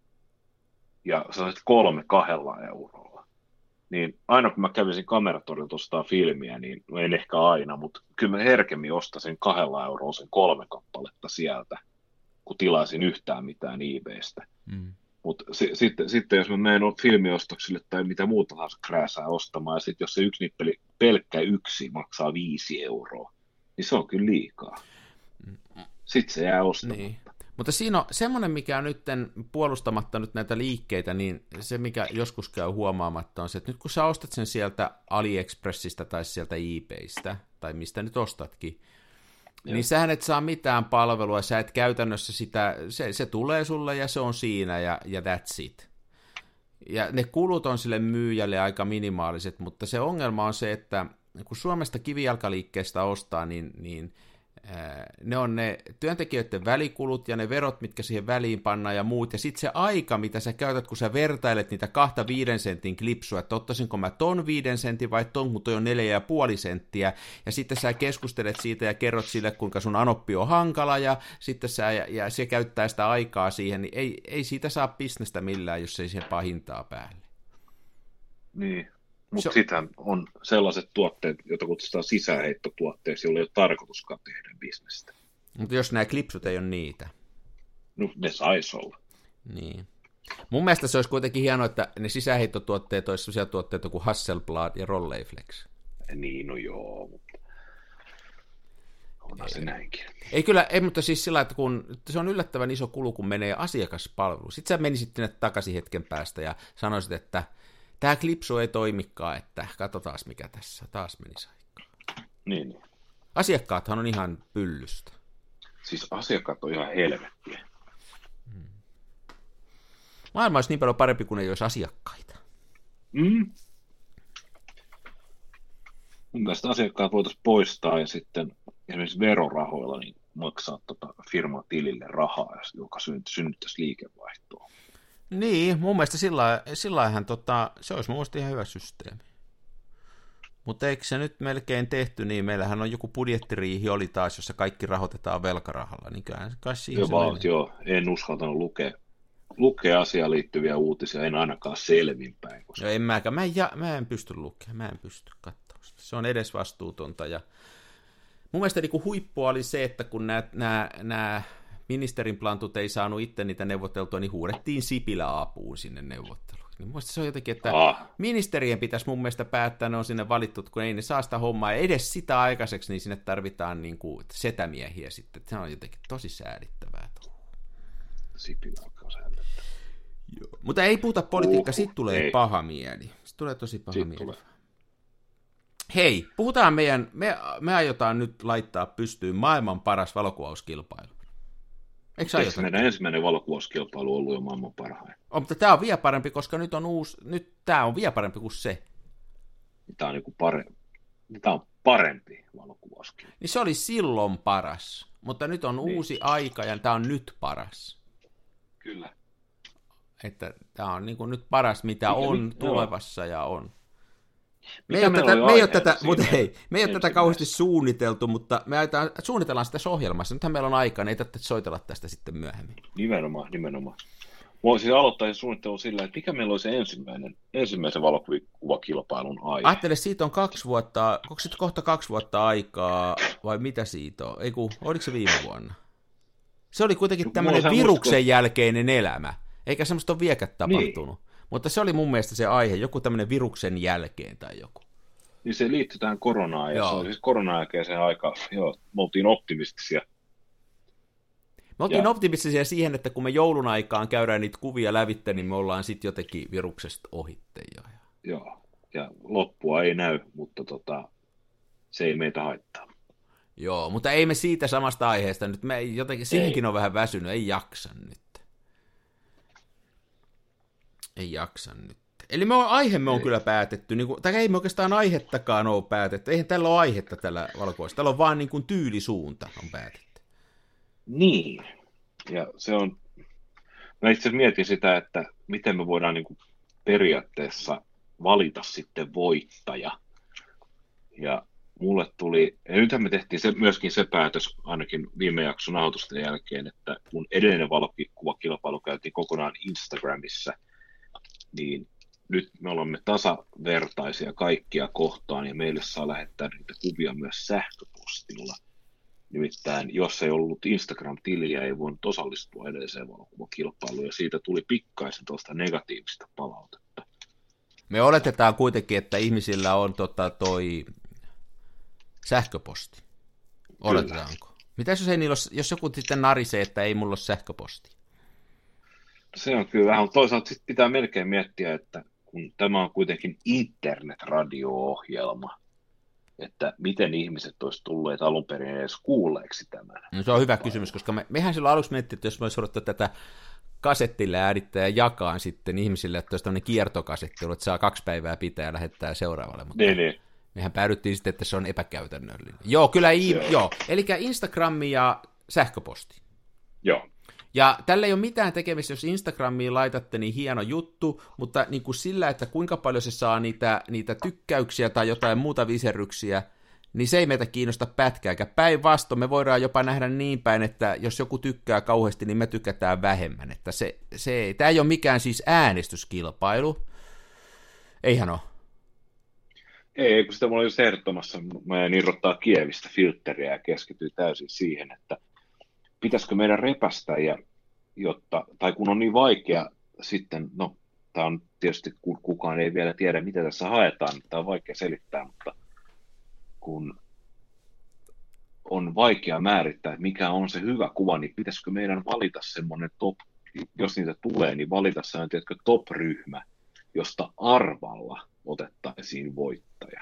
C: ja sanoisit 3 2 eurolla, niin aina kun mä kävisin Kameratorilta ostaa filmiä, niin en ehkä aina, mutta kyllä mä herkemmin ostaisin 2 euroa sen 3 kappaletta sieltä, kun tilaisin yhtään mitään eBaystä. Mutta sitten jos mä menen filmiostoksille tai mitä muuta tahansa krääsää ostamaan, ja sitten jos se yksi nippeli pelkkä yksi maksaa 5 euroa, niin se on kyllä liikaa. Sitten se jää ostamatta. Niin.
B: Mutta siinä on semmoinen, mikä on nyt puolustamatta nyt näitä liikkeitä, niin se mikä joskus käy huomaamatta on se, että nyt kun sä ostat sen sieltä AliExpressistä tai sieltä eBaystä, tai mistä nyt ostatkin, niin sähän et saa mitään palvelua, sä et käytännössä sitä, se tulee sulle ja se on siinä ja that's it. Ja ne kulut on sille myyjälle aika minimaaliset, mutta se ongelma on se, että kun Suomesta kivijalkaliikkeestä ostaa, niin ne on ne työntekijöiden välikulut ja ne verot, mitkä siihen väliin pannaan ja muut, ja sitten se aika, mitä sä käytät, kun sä vertailet niitä 2 5 sentin klipsua, että ottaisinko mä ton 5 sentin vai ton, kun toi on 4,5 senttiä, ja sitten sä keskustelet siitä ja kerrot sille, kuinka sun anoppi on hankala, ja sitten se käyttää sitä aikaa siihen, niin ei siitä saa bisnestä millään, jos ei siihen pahintaa päälle.
C: Niin. Mutta sittenhän on sellaiset tuotteet, joita kutsutaan sisäänheittotuotteiksi, joilla ei ole tarkoituskaan tehdä bisnestä.
B: Mutta jos nämä klipsut ei ole niitä.
C: No, ne saisi olla.
B: Niin. Mun mielestä se olisi kuitenkin hienoa, että ne sisäänheittotuotteet olisi sellaisia tuotteita kuin Hasselblad ja Rolleiflex.
C: Niin, no joo, mutta onhan se näinkin.
B: Ei, mutta siis sillä, että kun se on yllättävän iso kulu, kun menee asiakaspalvelu. Sitten sä menisit sinne takaisin hetken päästä ja sanoisit, että tämä klipsu ei toimikaan, että katsotaan mikä tässä taas menisi aikaa.
C: Niin.
B: Asiakkaathan on ihan pyllystä.
C: Siis asiakkaat on ihan helvettiä.
B: Maailma olisi niin paljon parempi, kun ei olisi asiakkaita.
C: Mun mielestä asiakkaat voitaisiin poistaa ja sitten esimerkiksi verorahoilla niin maksaa firman tilille rahaa, joka synnyttäisi liikevaihtoa.
B: Niin, mun mielestä sillähän se olisi mun mielestä ihan hyvä systeemi. Mutta eikö se nyt melkein tehty, niin meillähän on joku budjettiriihi oli taas, jossa kaikki rahoitetaan velkarahalla, niin kai siihen
C: joo, en uskaltanut lukea asiaan liittyviä uutisia, en ainakaan selvinpäin. Koska...
B: Joo, mä en pysty lukemaan, mä en pysty katsomaan sitä. Se on edesvastuutonta ja mun mielestä niin huippua oli se, että kun nämä ministerin plantut ei saanut itse niitä neuvoteltua, niin huudettiin Sipilä apuun sinne neuvotteluihin. Niin muista se on jotenkin, että ministerien pitäisi mun mielestä päättää, ne on sinne valittu, kun ei ne saa sitä hommaa, ja edes sitä aikaiseksi, niin sinne tarvitaan niin kuin setämiehiä sitten. Se on jotenkin tosi säädittävää.
C: Sipilä alkaa säädittävää.
B: Mutta ei puhuta politiikkaa, sit tulee paha mieli. Sitten tulee tosi paha mieli. Tulee. Hei, puhutaan me aiotaan nyt laittaa pystyyn maailman paras valokuvauskilpailu.
C: Eikö meidän ensimmäinen valokuvauskilpailu ollut jo maailman parhain?
B: Mutta tämä on vielä parempi, koska nyt on uusi, nyt tämä on vielä parempi kuin se.
C: Tämä on, tämä on parempi valokuvauskilpailu.
B: Niin se oli silloin paras, mutta nyt on uusi aika ja tämä on nyt paras.
C: Kyllä.
B: Että tämä on niin kuin nyt paras, mitä on tulevassa ja on. Me ei ole tätä kauheasti suunniteltu, mutta me suunnitellaan sitä ohjelmassa. Nythän meillä on aikaa, niin ei tarvitse soitella tästä sitten myöhemmin.
C: Nimenomaan. Voisin aloittaa suunnittelun sillä, että mikä meillä oli se ensimmäisen valokuvakilpailun aihe.
B: Ajattele, siitä on 2 vuotta, onko sitten kohta 2 vuotta aikaa, vai mitä siitä on? Oliko se viime vuonna? Se oli kuitenkin tämmöinen viruksen jälkeinen elämä, eikä semmoista ole vieläkään tapahtunut. Niin. Mutta se oli mun mielestä se aihe, joku tämmöinen viruksen jälkeen tai joku.
C: Niin se liittyy tähän koronaan, ja se oli siis koronan jälkeiseen aikaan, me oltiin optimistisia.
B: Me oltiin optimistisia siihen, että kun me joulun aikaan käydään niitä kuvia lävitte, niin me ollaan sitten jotenkin viruksesta ohitte.
C: Joo, ja loppua ei näy, mutta se ei meitä haittaa.
B: Joo, mutta ei me siitä samasta aiheesta nyt, me jotenkin, siihenkin on vähän väsynyt, ei jaksa nyt. Ei jaksa nyt. Eli aiheemme on kyllä päätetty, niin kuin, tai ei me oikeastaan aihettakaan ole päätetty, eihän tällä ole aihetta tällä valokuvassa, tällä on vaan niin kuin tyylisuunta on päätetty.
C: Niin, ja se on, mä itse asiassa mietin sitä, että miten me voidaan niin kuin periaatteessa valita sitten voittaja, ja mulle tuli, ja nythän me tehtiin myöskin se päätös, ainakin viime jakson nauhoitusten jälkeen, että kun edellinen valokuvakilpailu käytiin kokonaan Instagramissa, niin nyt me olemme tasavertaisia kaikkia kohtaan, ja meille saa lähettää niitä kuvia myös sähköpostilla. Nimittäin, jos ei ollut Instagram-tiliä, ei voinut osallistua edelliseen valokuvakilpailuun, ja siitä tuli pikkaisen tuosta negatiivista palautetta.
B: Me oletetaan kuitenkin, että ihmisillä on toi sähköposti. Oletetaanko? Mitäs jos joku sitten narisee, että ei mulla ole sähköposti?
C: Se on kyllä vähän, toisaalta sitten pitää melkein miettiä, että kun tämä on kuitenkin internet-radio-ohjelma, että miten ihmiset olisi tulleet alun perin edes kuulleeksi tämän.
B: No, se on hyvä kysymys, koska mehän silloin aluksi miettii, että jos me olisi odottaa tätä kasettille äädittää ja jakaa sitten ihmisille, että olisi tämmöinen kiertokasetti, että saa 2 päivää pitää ja lähettää seuraavalle, mutta mehän päädyttiin sitten, että se on epäkäytännöllinen. Joo, kyllä, joo. Eli Instagrami ja sähköposti.
C: Joo.
B: Ja tällä ei ole mitään tekemistä, jos Instagramiin laitatte, niin hieno juttu, mutta niin kuin sillä, että kuinka paljon se saa niitä tykkäyksiä tai jotain muuta viserryksiä, niin se ei meitä kiinnosta pätkääkään. Päinvastoin me voidaan jopa nähdä niin päin, että jos joku tykkää kauheasti, niin me tykätään vähemmän. Että tämä ei ole mikään siis äänestyskilpailu. Eihän ole.
C: Ei, kun sitä mulla oli just ehdottomassa, mä en irrottaa kielistä filtteriä ja keskityy täysin siihen, että pitäisikö meidän repästä, tai kun on niin vaikea sitten, no tämä on tietysti kukaan ei vielä tiedä, mitä tässä haetaan, tämä on vaikea selittää, mutta kun on vaikea määrittää, että mikä on se hyvä kuva, niin pitäisikö meidän valita semmoinen top, jos niitä tulee, niin valita semmoinen, tiedätkö, top-ryhmä, josta arvalla otettaisiin voittaja.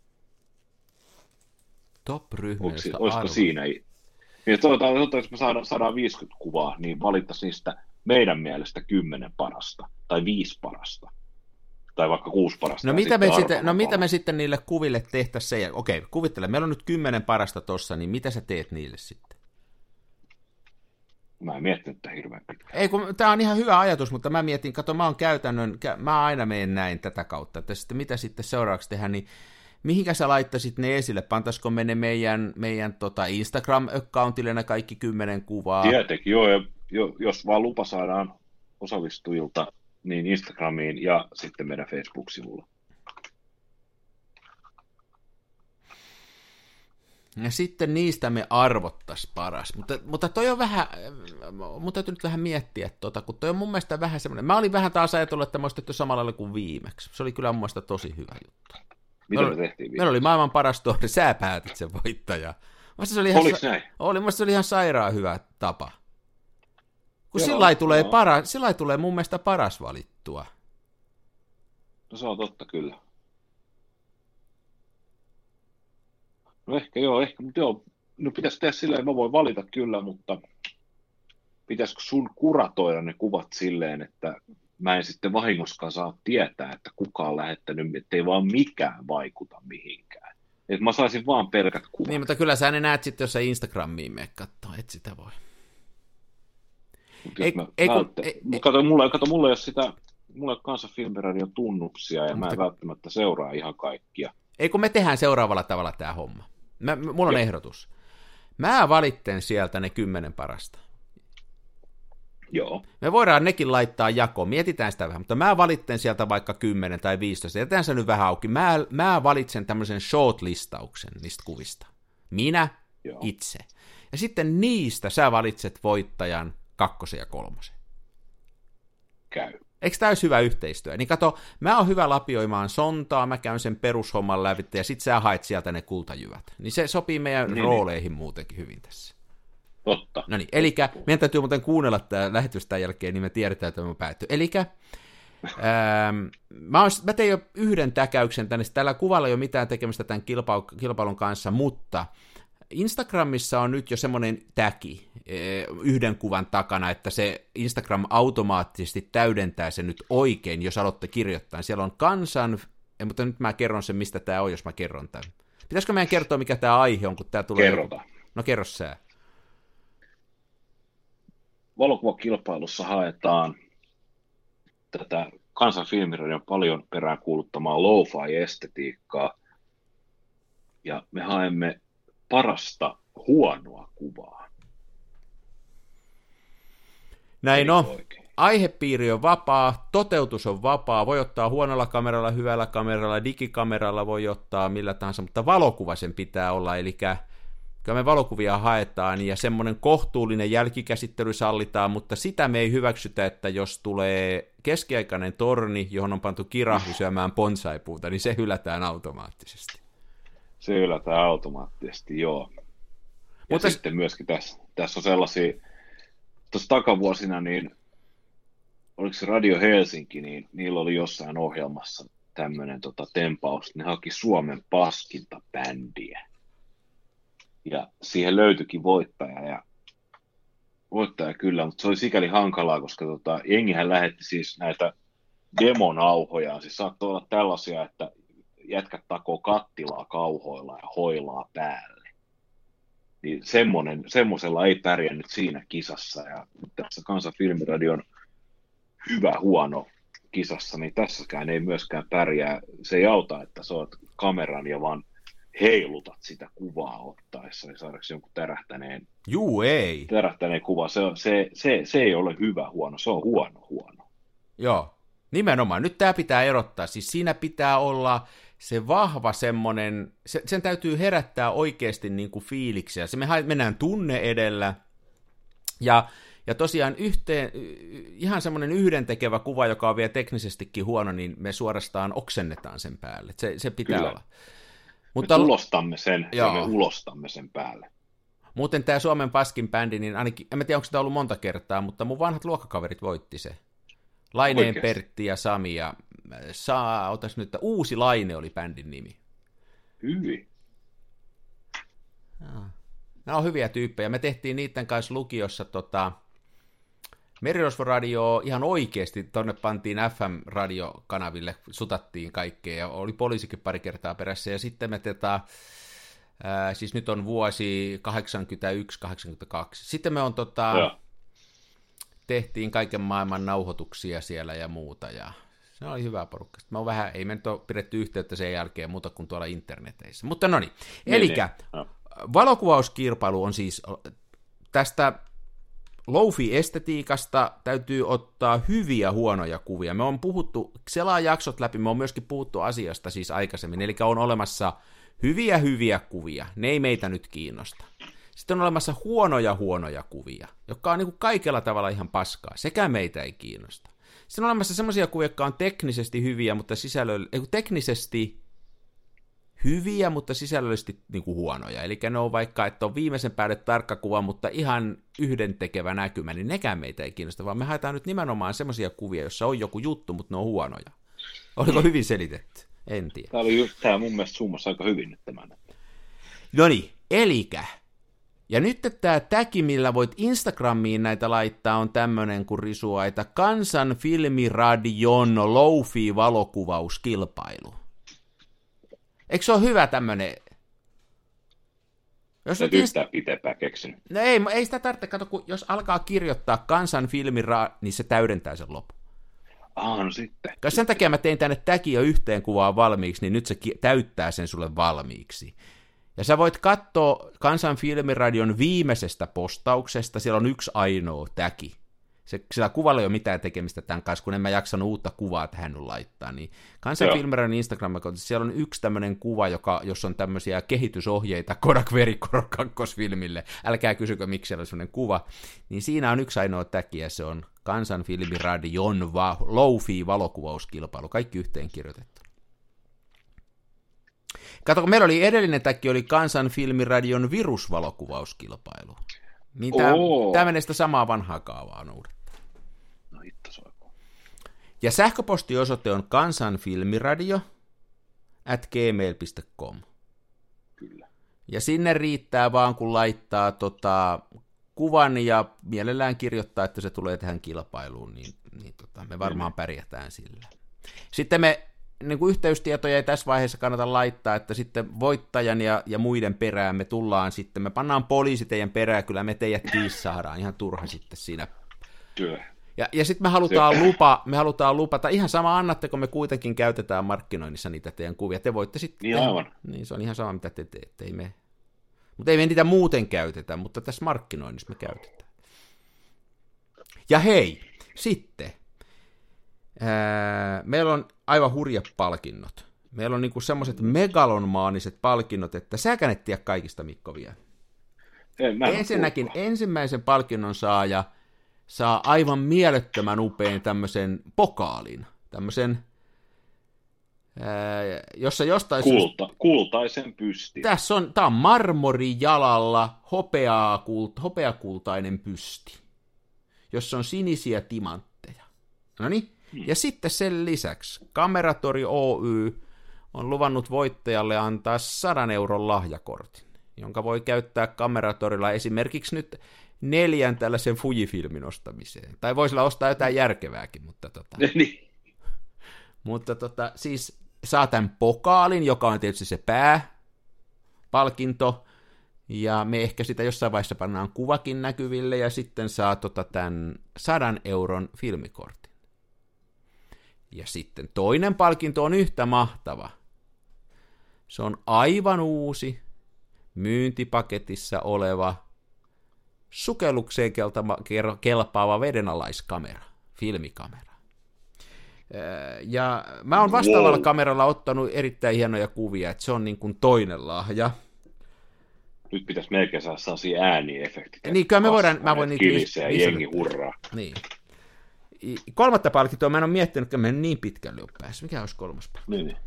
B: Top-ryhmä, josta
C: olisiko arvalla? Siinä? Ja jos me saadaan 50 kuvaa, niin valittaisiin niistä meidän mielestä 10 parasta, tai 5 parasta, tai vaikka 6 parasta.
B: Mitä me sitten niille kuville tehtäisiin? Okei, kuvittele, meillä on nyt 10 parasta tossa, niin mitä sä teet niille sitten?
C: Mä en miettinyt tätä hirveän pitkään.
B: Ei, kun tämä on ihan hyvä ajatus, mutta mä mietin, mä aina menen näin tätä kautta, että sitten mitä sitten seuraavaksi tehdään, niin mihinkä sä laittaisit ne esille? Pantaisiko me ne meidän Instagram-accountille ne kaikki 10 kuvaa?
C: Tietenkin, joo, ja jos vaan lupa saadaan osallistujilta, niin Instagramiin ja sitten meidän Facebook-sivulla.
B: Ja sitten niistä me arvottaisiin paras. Mutta toi on vähän, mun täytyy nyt vähän miettiä, kun toi on mun mielestä vähän semmoinen, mä olin vähän taas ajatellut, että me olisi tehty samalla lailla kuin viimeksi. Se oli kyllä mun mielestä tosi hyvä juttu.
C: Mitä me tehtiin viimeksi?
B: Meillä oli maailman paras tuori, sä päätit sen voittaja.
C: Oliko näin?
B: Mun mielestä se oli ihan sairaan hyvä tapa. Kun sillä tulee mun mielestä paras valittua.
C: No se on totta kyllä. No ehkä, mutta no pitäisi tehdä silleen, mä voin valita kyllä, mutta pitäisikö sun kuratoida ne kuvat silleen, että mä en sitten vahingoskaan saa tietää, että kuka on lähettänyt, ettei vaan mikään vaikuta mihinkään. Että mä saisin vaan pelkät kuvat.
B: Niin, mutta kyllä sä ne näet sitten, jos sä Instagramiin mene katsoa, et sitä voi.
C: Kato, mulla ei ole sitä, mulla ei ole kanssa Filmiradion tunnuksia ja mä en välttämättä seuraa ihan kaikkia.
B: Ei kun me tehdään seuraavalla tavalla tää homma. Mulla on ehdotus. Mä valitten sieltä ne 10 parasta.
C: Joo.
B: Me voidaan nekin laittaa jakoon, mietitään sitä vähän, mutta mä valitten sieltä vaikka 10 tai 15, jätän se nyt vähän auki. Mä valitsen tämmöisen shortlistauksen niistä kuvista. Minä itse. Ja sitten niistä sä valitset voittajan 2. ja 3.
C: Käy.
B: Eikö tämä olisi hyvä yhteistyö? Niin kato, mä oon hyvä lapioimaan sontaa, mä käyn sen perushomman läpi, ja sit sä haet sieltä ne kultajyvät. Niin se sopii meidän rooleihin muutenkin hyvin tässä.
C: Totta.
B: No niin, elikkä meidän täytyy muuten kuunnella tämä lähetys tämän jälkeen, niin me tiedetään, että me päätty. Elikkä mä tein jo yhden täkäyksen tänne, tällä kuvalla ei ole mitään tekemistä tämän kilpailun kanssa, mutta Instagramissa on nyt jo semmoinen täki yhden kuvan takana, että se Instagram automaattisesti täydentää sen nyt oikein, jos aloitte kirjoittaa. Siellä on mutta nyt mä kerron sen, mistä tämä on, jos mä kerron tämän. Pitäisikö meidän kertoa, mikä tämä aihe on, kun tämä tulee?
C: Kerrotaan.
B: No kerro sä.
C: Valokuvakilpailussa haetaan tätä Kansan Filmiradion paljon peräänkuuluttamaa lo-fi-estetiikkaa, ja me haemme parasta huonoa kuvaa.
B: Näin on. Aihepiiri on vapaa, toteutus on vapaa, voi ottaa huonolla kameralla, hyvällä kameralla, digikameralla voi ottaa millä tahansa, mutta valokuva sen pitää olla, eli kyllä me valokuvia haetaan ja semmoinen kohtuullinen jälkikäsittely sallitaan, mutta sitä me ei hyväksytä, että jos tulee keskiaikainen torni, johon on pantu kirahvi syömään bonsaipuuta, niin se hylätään automaattisesti.
C: Se hylätään automaattisesti, joo. Ja mutta sitten myöskin tässä on sellaisia, tuossa takavuosina, niin oliko se Radio Helsinki, niin niillä oli jossain ohjelmassa tämmöinen tempaus, ne haki Suomen paskinta bändiä. Ja siihen löytyikin voittaja kyllä, mutta se oli sikäli hankalaa, koska jengihän lähetti siis näitä demonauhoja, siis saattoi olla tällaisia, että jätkät takoo kattilaa kauhoilla ja hoilaa päälle. Niin semmoisella ei pärjännyt siinä kisassa, ja tässä Kansan Filmiradion hyvä huono kisassa, niin tässäkään ei myöskään pärjää. Se ei auta, että sä oot kameran ja vaan heilutat sitä kuvaa ottaessa, ja saadaanko jonkun tärähtäneen kuva. Se ei ole hyvä huono, se on huono.
B: Joo, nimenomaan. Nyt tämä pitää erottaa. Siis siinä pitää olla se vahva semmoinen, sen täytyy herättää oikeasti niin kuin fiiliksiä. Se me mennään tunne edellä, ja tosiaan ihan semmoinen yhdentekevä kuva, joka on vielä teknisestikin huono, niin me suorastaan oksennetaan sen päälle. Se pitää
C: Kyllä.
B: olla. Mutta
C: me tulostamme sen ja me ulostamme sen päälle. Muuten
B: tämä Suomen paskin bändi, niin ainakin, en tiedä onko sitä ollut monta kertaa, mutta mun vanhat luokkakaverit voitti se. Laineen
C: Oikeasti.
B: Pertti ja Sami ja otas nyt, Uusi Laine oli bändin nimi.
C: Hyvin.
B: Nämä on hyviä tyyppejä. Me tehtiin niiden kanssa lukiossa Merirosvoradioa ihan oikeasti, tonne pantiin FM-radiokanaville, sutattiin kaikkea ja oli poliisikin pari kertaa perässä ja sitten me siis nyt on vuosi 81-82. Sitten me on tehtiin kaiken maailman nauhoituksia siellä ja muuta ja se oli hyvä porukka. Ei me nyt ole pidetty yhteyttä sen jälkeen muuta kuin tuolla interneteissä. Mutta no niin, elikkä valokuvauskilpailu on siis tästä Lofi-estetiikasta täytyy ottaa hyviä huonoja kuvia. Me on puhuttu, selaa jaksot läpi, me on myöskin puhuttu asiasta siis aikaisemmin, eli on olemassa hyviä kuvia, ne ei meitä nyt kiinnosta. Sitten on olemassa huonoja kuvia, jotka on niin kuin kaikella tavalla ihan paskaa, sekä meitä ei kiinnosta. Sitten on olemassa semmoisia kuvia, jotka on teknisesti hyviä, mutta sisällöllisesti niin kuin huonoja. Eli ne on vaikka, että on viimeisen päälle tarkka kuva, mutta ihan yhdentekevä näkymä, niin nekään meitä ei kiinnosta, vaan me haetaan nyt nimenomaan semmoisia kuvia, joissa on joku juttu, mutta ne on huonoja. Oliko hyvin selitetty? En tiedä.
C: Tämä mun mielestä summassa aika hyvin nyt tämän.
B: Noniin, elikä. Ja nyt tämä tagi, millä voit Instagramiin näitä laittaa, on tämmöinen kuin risua, että Kansan Filmiradion Low-fi-valokuvauskilpailu. Eikö se ole hyvä tämmöinen? Jos
C: et yhtään pitempää keksinyt.
B: No ei sitä tarvitse, kato, kun jos alkaa kirjoittaa Kansan niin se täydentää sen lopun.
C: No sitten.
B: Sen takia mä tein tänne tagia yhteen kuvaan valmiiksi, niin nyt se täyttää sen sulle valmiiksi. Ja sä voit katsoa Kansan Filmiradion viimeisestä postauksesta, siellä on yksi ainoa tagi. Sillä kuvalla ei ole mitään tekemistä tämän kanssa, kun en mä jaksanut uutta kuvaa tähän nyt laittaa. Niin Kansan Filmiradion Instagram-akontissa siellä on yksi tämmöinen kuva, jos on tämmöisiä kehitysohjeita Kodak Vericoro 2-filmille. Älkää kysykö, miksi siellä on semmoinen kuva. Niin siinä on yksi ainoa tagi, ja se on Kansan Filmiradion Low-fi-valokuvauskilpailu. Kaikki yhteen kirjoitettu. Kato, kun meillä oli edellinen tagi, oli Kansan Filmiradion virusvalokuvauskilpailu. Niin tämä menee sitä samaa vanhaa kaavaa noudattaa.
C: No hitto soiko.
B: Ja sähköpostiosoite on kansanfilmiradio@gmail.com.
C: Kyllä.
B: Ja sinne riittää vaan, kun laittaa kuvan ja mielellään kirjoittaa, että se tulee tähän kilpailuun, niin me varmaan pärjätään sillä. Sitten niin kuin yhteystietoja ei tässä vaiheessa kannata laittaa, että sitten voittajan ja muiden perään me tullaan sitten, me pannaan poliisi teidän perään, kyllä me teidät kiinni saadaan, ihan turha sitten siinä.
C: Kyllä.
B: Ja sitten me halutaan lupata, ihan sama annatteko, me kuitenkin käytetään markkinoinnissa niitä teidän kuvia, te voitte sitten,
C: niin aivan.
B: Niin se on ihan sama, mitä te teette, mutta ei me niitä muuten käytetä, mutta tässä markkinoinnissa me käytetään. Ja hei, sitten, meillä on aivan hurjat palkinnot. Meillä on niinku semmoiset megalonmaaniset palkinnot, että säkään et tiedä kaikista, Mikko, vielä. Ensinnäkin ensimmäisen palkinnon saaja saa aivan mielettömän upean tämmöisen pokaalin. Tämmöisen, jossa jostain
C: kultaisen pystin.
B: Tämä on marmorijalalla hopeakultainen pysti, jossa on sinisiä timantteja. No niin. Ja sitten sen lisäksi Kameratori Oy on luvannut voittajalle antaa 100 € lahjakortin, jonka voi käyttää Kameratorilla esimerkiksi nyt 4 tällaisen Fujifilmin ostamiseen. Tai voisi ostaa jotain järkevääkin, mutta siis saa tämän pokaalin, joka on tietysti se pääpalkinto, ja me ehkä sitä jossain vaiheessa pannaan kuvakin näkyville, ja sitten saa tämän 100 € filmikortin. Ja sitten toinen palkinto on yhtä mahtava. Se on aivan uusi, myyntipaketissa oleva, sukellukseen kelpaava vedenalaiskamera, filmikamera. Ja mä oon vastaavalla kameralla ottanut erittäin hienoja kuvia, että se on niin kuin toinen lahja.
C: Nyt pitäisi melkein saada sellaisia ääniefektejä.
B: Niin, kyllä mä voin niitä
C: kilisee ja jengi hurraa.
B: Niin. Kolmatta palkintoa mä en ole miettinyt, että mä en niin pitkälle ole päässyt. Mikä olisi kolmas palkinto?
C: Niin.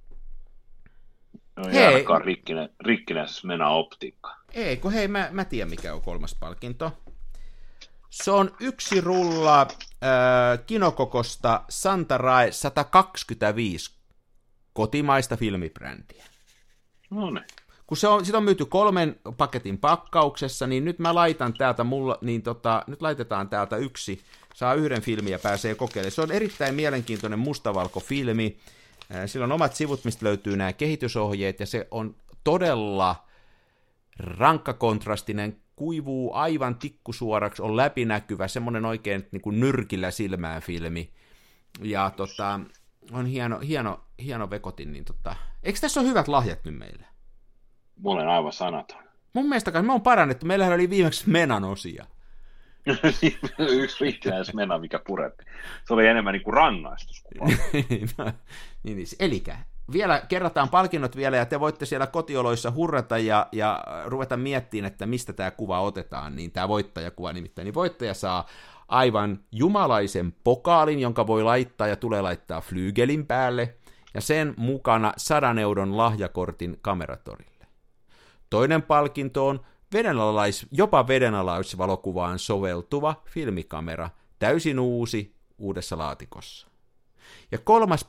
C: No ei ainakaan rikkinäisessä mennä optiikkaan.
B: Ei, kun hei, mä tiedän mikä on kolmas palkinto. Se on 1 rulla Kinokokosta Santarae 125 kotimaista filmibrändiä.
C: No ne.
B: Kun sitä on myyty 3 paketin pakkauksessa, niin nyt mä laitan täältä nyt laitetaan täältä 1, saa 1 filmin ja pääsee kokeilemaan. Se on erittäin mielenkiintoinen mustavalkofilmi. Sillä on omat sivut, mistä löytyy nämä kehitysohjeet, ja se on todella rankkakontrastinen, kuivuu aivan tikkusuoraksi, on läpinäkyvä, semmoinen oikein niin kuin nyrkillä silmään filmi. Ja on hieno vekotin. Niin eikö tässä ole hyvät lahjat nyt meille?
C: Mä olen aivan sanaton.
B: Mun mielestä me on parannettu. Meillähän oli viimeksi Menan osia.
C: Yksi rikkinäis Mena, mikä puretti. Se oli enemmän niin kuin rangaistuskuva.
B: Elikkä vielä kerrataan palkinnot vielä, ja te voitte siellä kotioloissa hurrata ja ruveta miettimään, että mistä tämä kuva otetaan, niin tämä voittajakuva nimittäin, niin voittaja saa aivan jumalaisen pokaalin, jonka voi laittaa ja tulee laittaa flyygelin päälle, ja sen mukana 100 euron lahjakortin Kameratorille. Toinen palkinto on jopa vedenalaisvalokuvaan soveltuva filmikamera, täysin uusi, uudessa laatikossa. Ja kolmas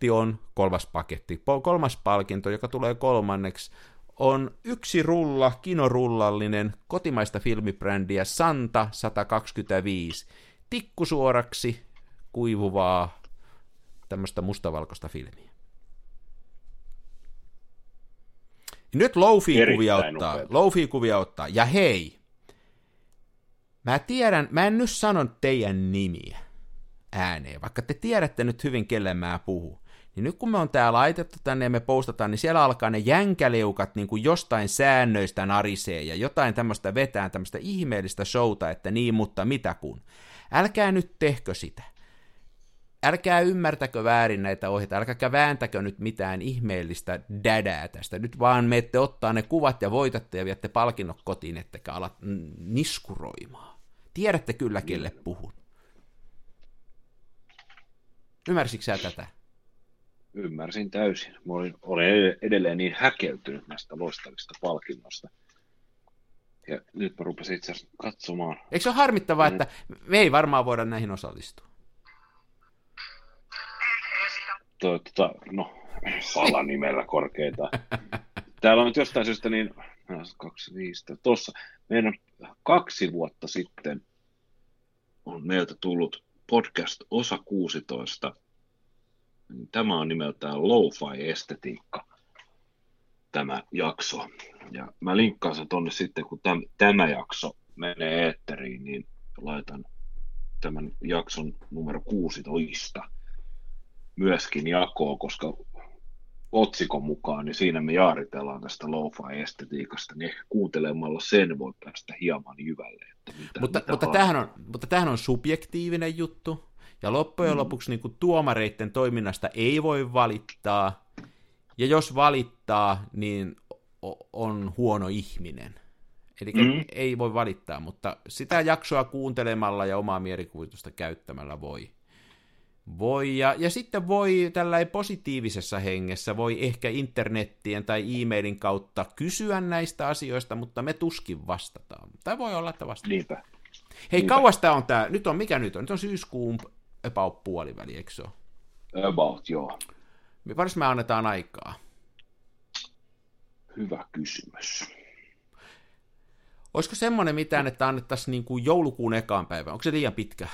B: palkinto, joka tulee kolmanneksi, on yksi kinorullallinen kotimaista filmibrändiä Santa 125, tikkusuoraksi kuivuvaa tämmöistä mustavalkoista filmiä. Nyt low-fi-kuvia ottaa. Ja hei, mä en nyt sano teidän nimiä ääneen, vaikka te tiedätte nyt hyvin, kelle mä puhun. Niin nyt kun me on tää laitettu tänne ja me postataan, niin siellä alkaa ne jänkäleukat niin kuin jostain säännöistä narisee ja jotain tämmöistä vetää, tämmöistä ihmeellistä showta, että niin, mutta mitä kun. Älkää nyt tehkö sitä. Älkää ymmärtäkö väärin näitä ohjeita, älkääkä vääntäkö nyt mitään ihmeellistä dädää tästä. Nyt vaan meette ottaa ne kuvat ja voitatte ja viette palkinnot kotiin, ettekä ala niskuroimaan. Tiedätte kyllä, kelle puhun. Ymmärsitkö sä tätä?
C: Ymmärsin täysin. Olen edelleen niin häkeltynyt näistä loistavista palkinnoista. Ja nyt mä rupesin itse asiassa katsomaan.
B: Eikö se ole harmittavaa, että me ei varmaan voida näihin osallistua?
C: Salanimellä korkeita. Täällä on nyt jostain syystä niin, 25, tuossa meidän 2 vuotta sitten on meiltä tullut podcast osa 16. Tämä on nimeltään Lo-Fi-estetiikka, tämä jakso. Ja mä linkkaan sen tonne sitten, kun tämä jakso menee eetteriin, niin laitan tämän jakson numero 16 myöskin jakoon, koska otsikon mukaan, niin siinä me jaaritellaan tästä lo-fi-estetiikasta, niin ehkä kuuntelemalla sen voi päästä hieman jyvälle.
B: Mutta tämähän on subjektiivinen juttu, ja loppujen lopuksi niin kuin tuomareiden toiminnasta ei voi valittaa, ja jos valittaa, niin on huono ihminen. Eli ei voi valittaa, mutta sitä jaksoa kuuntelemalla ja omaa mielikuvitusta käyttämällä voi. Ja sitten voi tällainen positiivisessa hengessä, voi ehkä internettien tai e-mailin kautta kysyä näistä asioista, mutta me tuskin vastataan. Tai voi olla, että vastataan.
C: Niinpä.
B: Hei, kauas tämä on tämä? Mikä nyt on? Nyt on syyskuun about puoliväli, eikö se ole?
C: About, joo.
B: Varsin me annetaan aikaa.
C: Hyvä kysymys.
B: Olisiko semmoinen mitään, että annettaisiin niin kuin joulukuun ekaan päivän? Onko se liian pitkä?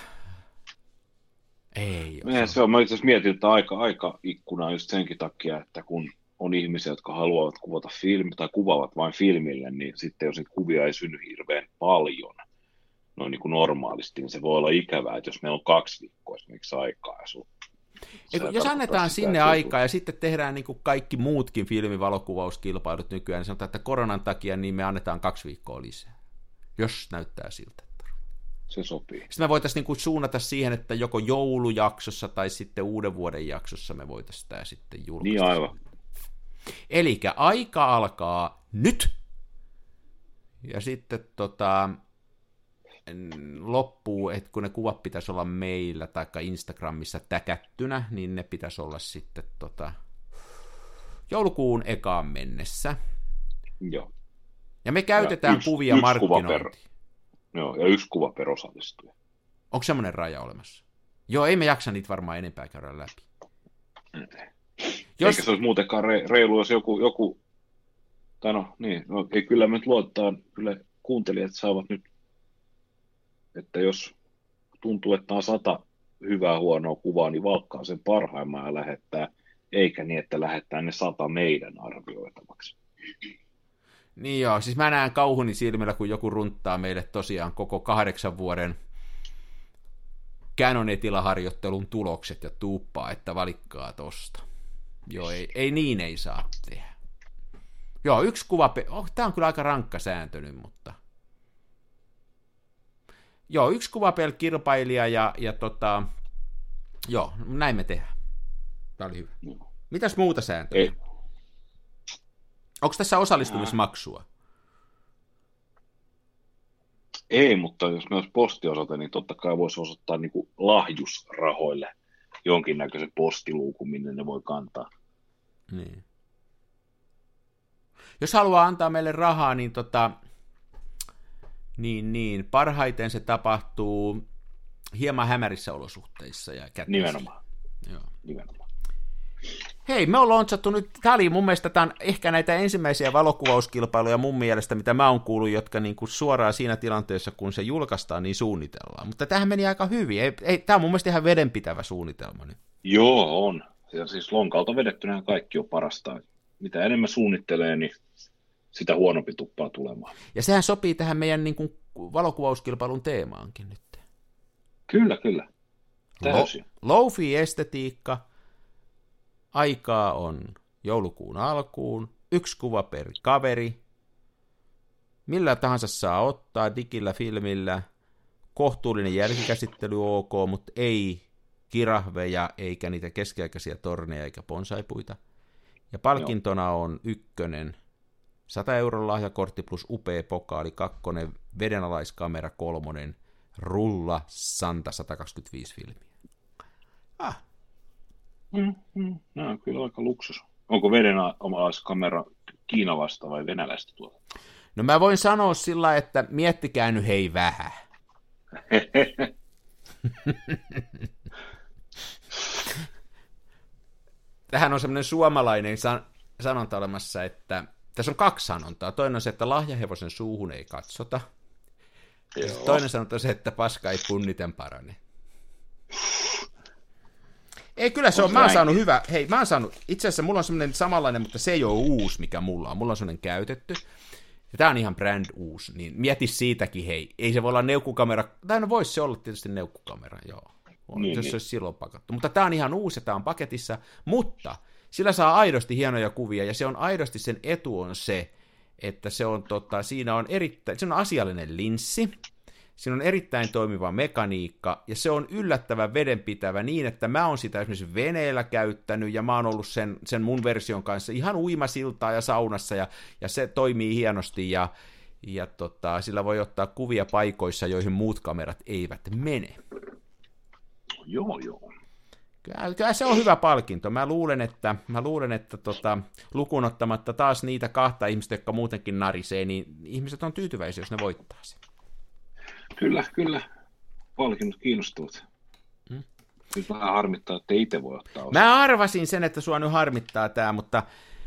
B: Ei.
C: Se on. Mä itse asiassa mietin, että aika-ikkuna just senkin takia, että kun on ihmisiä, jotka haluavat kuvata tai kuvaavat vain filmille, niin sitten jos niitä kuvia ei synny hirveän paljon, noin niin kuin normaalisti, niin se voi olla ikävää, että jos meillä on 2 viikkoa esimerkiksi aikaa.
B: Jos annetaan sinne aikaa ja sitten tehdään niin kuin kaikki muutkin filmivalokuvauskilpailut nykyään, niin sanotaan, että koronan takia niin me annetaan 2 viikkoa lisää, jos näyttää siltä.
C: Se sopii.
B: Sitten me voitaisiin niin suunnata siihen, että joko joulujaksossa tai sitten uuden vuoden jaksossa me voitaisiin tämä sitten julkaista.
C: Niin aivan.
B: Elikkä aika alkaa nyt. Ja sitten loppuu, että kun ne kuvat pitäisi olla meillä tai Instagramissa täkättynä, niin ne pitäisi olla sitten joulukuun ekaan mennessä.
C: Joo.
B: Ja me käytetään kuvia markkinointiin.
C: Joo, ja 1 kuva per osallistuja.
B: Onko semmoinen raja olemassa? Joo, ei me jaksa niitä varmaan enempää käydä läpi.
C: Eikä se olisi muutenkaan reilu, jos joku ei, kyllä me nyt luotetaan, kyllä kuuntelijat saavat nyt, että jos tuntuu, että on 100 hyvää huonoa kuvaa, niin valkkaa sen parhaimman ja lähettää, eikä niin, että lähettää ne 100 meidän arvioitavaksi.
B: Niin joo, siis mä näen kauhuni silmillä, kun joku runttaa meille tosiaan koko 8 vuoden Canon-etilaharjoittelun tulokset ja tuuppaa, että valikkaa tosta. Joo, ei saa tehdä. Joo, 1 kuva, tää on kyllä aika rankka sääntö nyt, mutta joo, 1 kuva per kilpailija ja joo, näin me tehdään. Tää oli hyvä. Mitäs muuta sääntöjä?
C: Ei.
B: Onko tässä osallistumismaksua?
C: Ei, mutta jos myös postiosoite, niin totta kai voisi osoittaa niin kuin lahjusrahoille jonkinnäköisen postiluukun, minne ne voi kantaa.
B: Niin. Jos haluaa antaa meille rahaa, niin, niin parhaiten se tapahtuu hieman hämärissä olosuhteissa ja käteisiä.
C: Nimenomaan.
B: Joo.
C: Nimenomaan.
B: Hei, me ollaan launchатtu nyt, tämä oli mun mielestä tämä on ehkä näitä ensimmäisiä valokuvauskilpailuja mun mielestä, mitä mä oon kuullut, jotka niin kuin suoraan siinä tilanteessa, kun se julkaistaan, niin suunnitellaan. Mutta tämähän meni aika hyvin. Tämä on mun mielestä ihan vedenpitävä suunnitelma nyt.
C: Joo, on. Ja siis lonkalta vedettynä kaikki on parasta. Mitä enemmän suunnittelee, niin sitä huonompi tuppaa tulemaan.
B: Ja sehän sopii tähän meidän niin kuin valokuvauskilpailun teemaankin nyt.
C: Kyllä. Täysin.
B: Low-fi-estetiikka. Aikaa on joulukuun alkuun. 1 kuva per kaveri. Millä tahansa saa ottaa digillä, filmillä. Kohtuullinen jälkikäsittely ok, mutta ei kirahveja, eikä niitä keskiaikaisia torneja, eikä bonsaipuita. Ja palkintona on 1, 100 € lahjakortti plus upea pokaali, 2, vedenalaiskamera, 3, rulla Santa 125 filmiä.
C: No, on kyllä aika luksus. Onko vedenalaiskamera kiinalaista vai venäläistä tuolla?
B: No mä voin sanoa sillä, että miettikää nyt hei vähän. Tähän on semmoinen suomalainen sanonta olemassa, että tässä on 2 sanontaa. Toinen on se, että lahjahevosen suuhun ei katsota. Ja toinen sanonta on se, että paska ei punniten parane. Ei, kyllä se on, mä oon saanut hyvä, hei, mä oon saanut, itse asiassa mulla on semmoinen samanlainen, mutta se ei ole uusi, mikä mulla on semmoinen käytetty, ja tää on ihan brand uusi, niin mieti siitäkin, hei, ei se voi olla neukkukamera, tai no voisi se olla tietysti neukkukamera, joo, jos se olisi silloin pakattu, mutta tää on ihan uusi, ja tää on paketissa, mutta sillä saa aidosti hienoja kuvia, ja se on aidosti, sen etu on se, että se on, siinä on se on asiallinen linssi, siinä on erittäin toimiva mekaniikka, ja se on yllättävän vedenpitävä niin, että mä oon sitä esimerkiksi veneellä käyttänyt, ja mä oon ollut sen mun version kanssa ihan uimasiltaa ja saunassa, ja se toimii hienosti, ja sillä voi ottaa kuvia paikoissa, joihin muut kamerat eivät mene.
C: Joo.
B: Kyllä se on hyvä palkinto. Mä luulen, että lukuun ottamatta taas niitä 2 ihmistä, jotka muutenkin narisee, niin ihmiset on tyytyväisiä, jos ne voittaa sen.
C: Kyllä. Palkinnot kiinnostavat. Nyt vähän harmittaa, että itse voi ottaa osaa.
B: Mä arvasin sen, että sua nyt harmittaa tää, mutta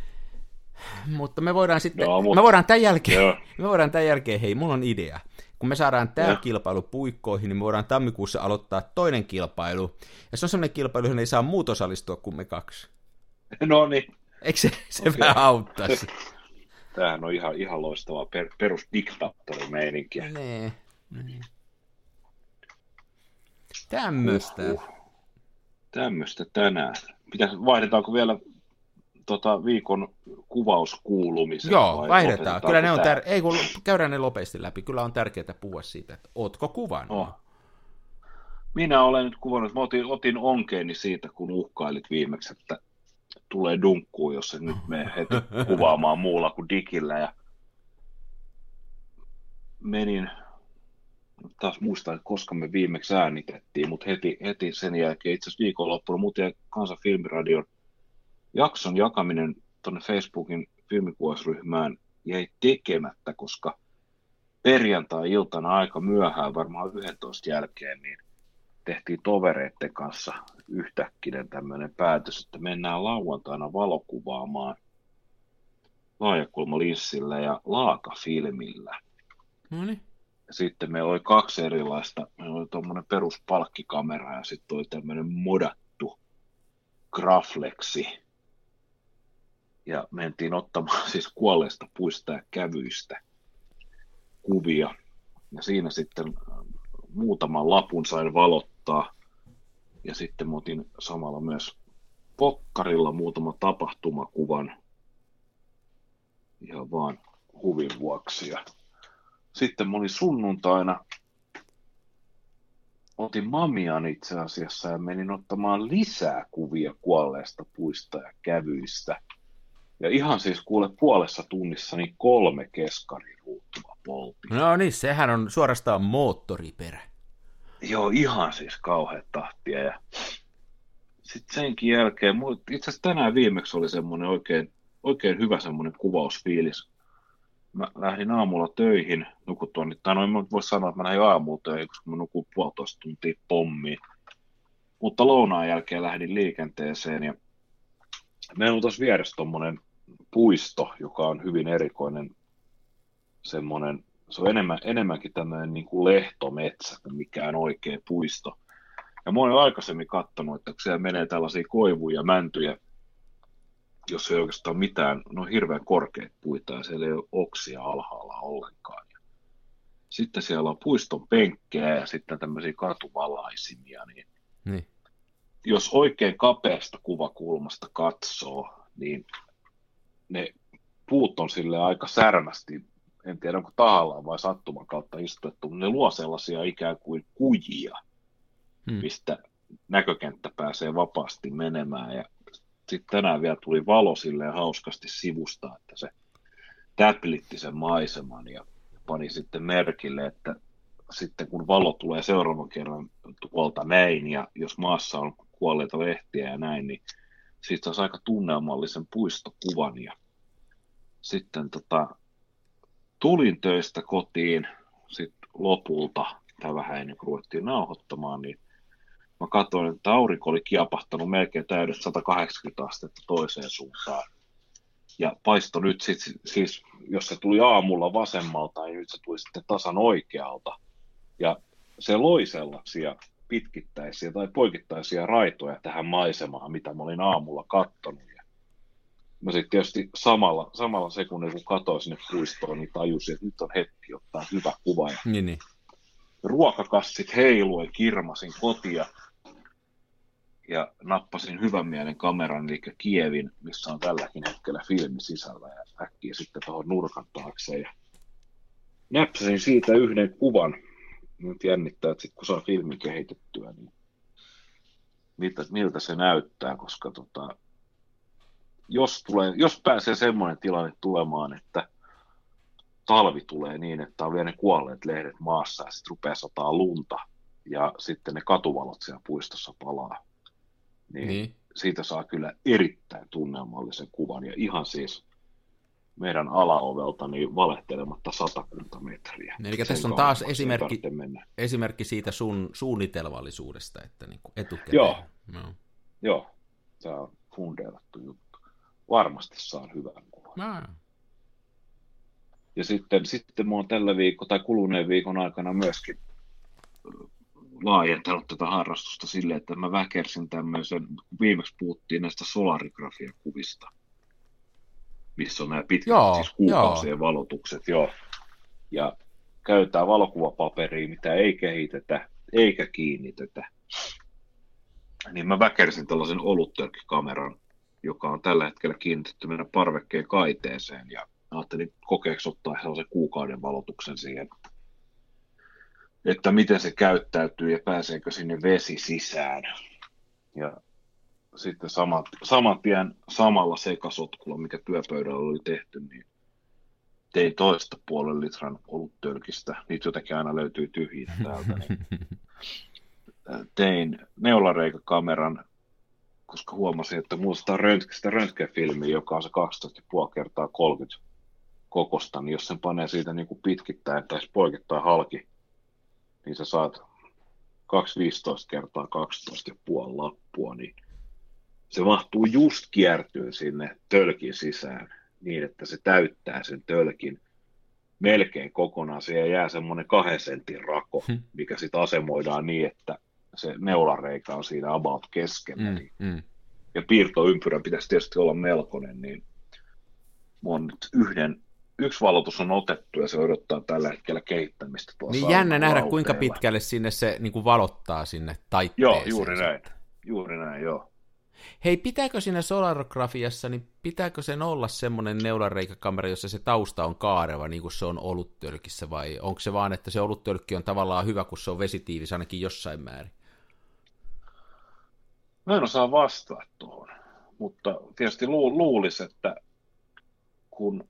B: me voidaan sitten, me voidaan tämän jälkeen, hei, mulla on idea. Kun me saadaan tää kilpailu puikkoihin, niin me voidaan tammikuussa aloittaa toinen kilpailu. Ja se on semmoinen kilpailu, johon ei saa muut osallistua kuin me 2.
C: No niin.
B: Eikö se vähän auttaisi?
C: Tämähän on ihan loistavaa perusdiktaattorimeininkiä.
B: Nee.
C: Tämmöistä tänään. Vaihdetaanko vielä viikon kuvauskuulumisen?
B: Joo, vaihdetaan. Kyllä ne on ei kun käydään ne nopeasti läpi. Kyllä on tärkeää puhua siitä, että ootko kuvannut?
C: Minä olen nyt kuvannut. Mä otin onkeeni siitä, kun uhkailit viimeksi, että tulee dunkkuun, jos se nyt menee heti kuvaamaan muulla kuin digillä. Ja menin, taas muistan, että koska me viimeksi äänitettiin, mutta heti sen jälkeen, itse asiassa viikonloppuna, muuten Kansan Filmiradion jakson jakaminen tuonne Facebookin filmikuvausryhmään jäi tekemättä, koska perjantai-iltana aika myöhään, varmaan 11 jälkeen, niin tehtiin tovereiden kanssa yhtäkkinen tämmöinen päätös, että mennään lauantaina valokuvaamaan laajakulmalinssillä ja laakafilmillä.
B: Noniin.
C: Sitten meillä oli 2 erilaista, meillä oli tuommoinen peruspalkkikamera ja sitten oli tämmöinen modattu graflexi. Ja mentiin ottamaan siis kuolleista puista ja kävyistä kuvia. Ja siinä sitten muutaman lapun sain valottaa. Ja sitten mä otin samalla myös pokkarilla muutama tapahtumakuvan. Ihan vaan huvin vuoksi. Ja sitten mä olin sunnuntaina otin Mamian itse asiassa ja menin ottamaan lisää kuvia kuolleesta puista ja kävyistä. Ja ihan siis kuule puolessa tunnissa niin 3 keskariruutua poltin.
B: No niin, sehän on suorastaan moottoriperä.
C: Joo, ihan siis kauhean tahtia. Ja sitten senkin jälkeen, itse asiassa tänään viimeksi oli semmoinen oikein hyvä semmoinen kuvausfiilis. Mä lähdin aamulla töihin, nukuttua nyt, tai en voi sanoa, että mä lähdin aamulla töihin, koska mä nukuin 1,5 tuntia pommiin. Mutta lounaan jälkeen lähdin liikenteeseen ja meillä on tuossa vieressä tommonen puisto, joka on hyvin erikoinen semmoinen, se on enemmänkin tämmöinen niin kuin lehtometsä kuin mikään oikea puisto. Ja mä olen aikaisemmin katsonut, että kun siellä menee tällaisia koivuja ja mäntyjä, jos ei oikeastaan mitään, no hirveän korkeat puita ja siellä ei ole oksia alhaalla ollenkaan. Ja sitten siellä on puiston penkkejä ja sitten tämmöisiä katuvalaisimia, niin jos oikein kapeasta kuvakulmasta katsoo, niin ne puut on sille aika särmästi, en tiedä onko tahallaan vai sattuman kautta istutettu, mutta ne luo sellaisia ikään kuin kujia, mistä näkökenttä pääsee vapaasti menemään. Ja sitten tänään vielä tuli valo silleen hauskasti sivusta, että se täplitti sen maiseman ja pani sitten merkille, että sitten kun valo tulee seuraavan kerran tuolta näin, ja jos maassa on kuolleita lehtiä ja näin, niin siitä saisi aika tunnelmallisen puistokuvan. Ja sitten tulin töistä kotiin sitten lopulta, tai vähän ennen kuin ruvettiin nauhoittamaan, niin mä katsoin, että aurinko oli kiepahtanut melkein täydessä 180 astetta toiseen suuntaan. Ja paisto nyt siis, jos se tuli aamulla vasemmalta, niin nyt se tuli sitten tasan oikealta. Ja se loi sellaisia pitkittäisiä tai poikittaisia raitoja tähän maisemaan, mitä mä olin aamulla katsonut. Ja mä sitten tietysti samalla sekunnilla, kun katsoin sinne puistoon, niin tajusin, että nyt on hetki ottaa hyvä kuva. Ja
B: niin.
C: Ruokakassit heiluen, kirmasin kotia ja nappasin hyvän mielen kameran, eli Kievin, missä on tälläkin hetkellä filmi sisällä, ja äkkiä sitten tuohon nurkan taakse. Ja näpsäsin siitä yhden kuvan. Nyt jännittää, että sit kun saa filmin kehitettyä, niin miltä se näyttää, koska jos pääsee semmoinen tilanne tulemaan, että talvi tulee niin, että on vielä ne kuolleet lehdet maassa ja sitten rupeaa sataa lunta ja sitten ne katuvalot siellä puistossa palaa, niin siitä saa kyllä erittäin tunnelmallisen kuvan ja ihan siis meidän alaovelta niin valehtelematta 100 metriä.
B: Eli tässä on taas esimerkki siitä sun suunnitelmallisuudesta, että niin kuin etukäteen.
C: Joo, tämä on fundeerattu juttu. Varmasti saan hyvän kuvan. Ja sitten mä oon tällä viikolla tai kuluneen viikon aikana myöskin laajentanut tätä harrastusta silleen, että mä väkersin tämmöisen, viimeksi puhuttiin näistä solarigrafiakuvista, missä on nämä pitkät siis kuukausien valotukset, ja käytetään valokuvapaperia, mitä ei kehitetä eikä kiinnitetä. Niin mä väkersin tällaisen oluttölkkikameran, joka on tällä hetkellä kiinnitetty meidän parvekkeen kaiteeseen, ja ajattelin kokeeksi ottaa sellaisen kuukauden valotuksen siihen, että miten se käyttäytyy ja pääseekö sinne vesi sisään. Ja sitten saman tien samalla sekasotkulla, mikä työpöydällä oli tehty, niin tein 2,5 litran oluttölkistä. Niitä jotenkin aina löytyy tyhjiä täältä. Niin tein neulareikakameran, koska huomasin, että muistaa sitä röntgenfilmiä, joka on se 12,5 x 30 kokosta, niin jos sen panee siitä niin kuin pitkittäin tai poikittain halki, niin sä saat 2,15 x 12,5 lappua, niin se mahtuu just kiertyyn sinne tölkin sisään niin, että se täyttää sen tölkin melkein kokonaan. Siihen jää semmoinen 2 sentin rako, mikä sitten asemoidaan niin, että se neulareikä on siinä about keskellä. Ja piirtoympyrän pitäisi tietysti olla melkoinen, niin mun nyt yksi valotus on otettu ja se odottaa tällä hetkellä kehittämistä.
B: Niin jännä nähdä, kuinka pitkälle sinne se niin kuin valottaa sinne taitteeseen.
C: Joo, juuri näin, joo.
B: Hei, pitääkö siinä solarigrafiassa, niin pitääkö sen olla semmoinen neulareikäkamera, jossa se tausta on kaareva, niin kuin se on oluttölkissä, vai onko se vaan, että se oluttölkki on tavallaan hyvä, kun se on vesitiivis ainakin jossain määrin?
C: Mä en osaa vastata tuohon, mutta tietysti luulisi, että kun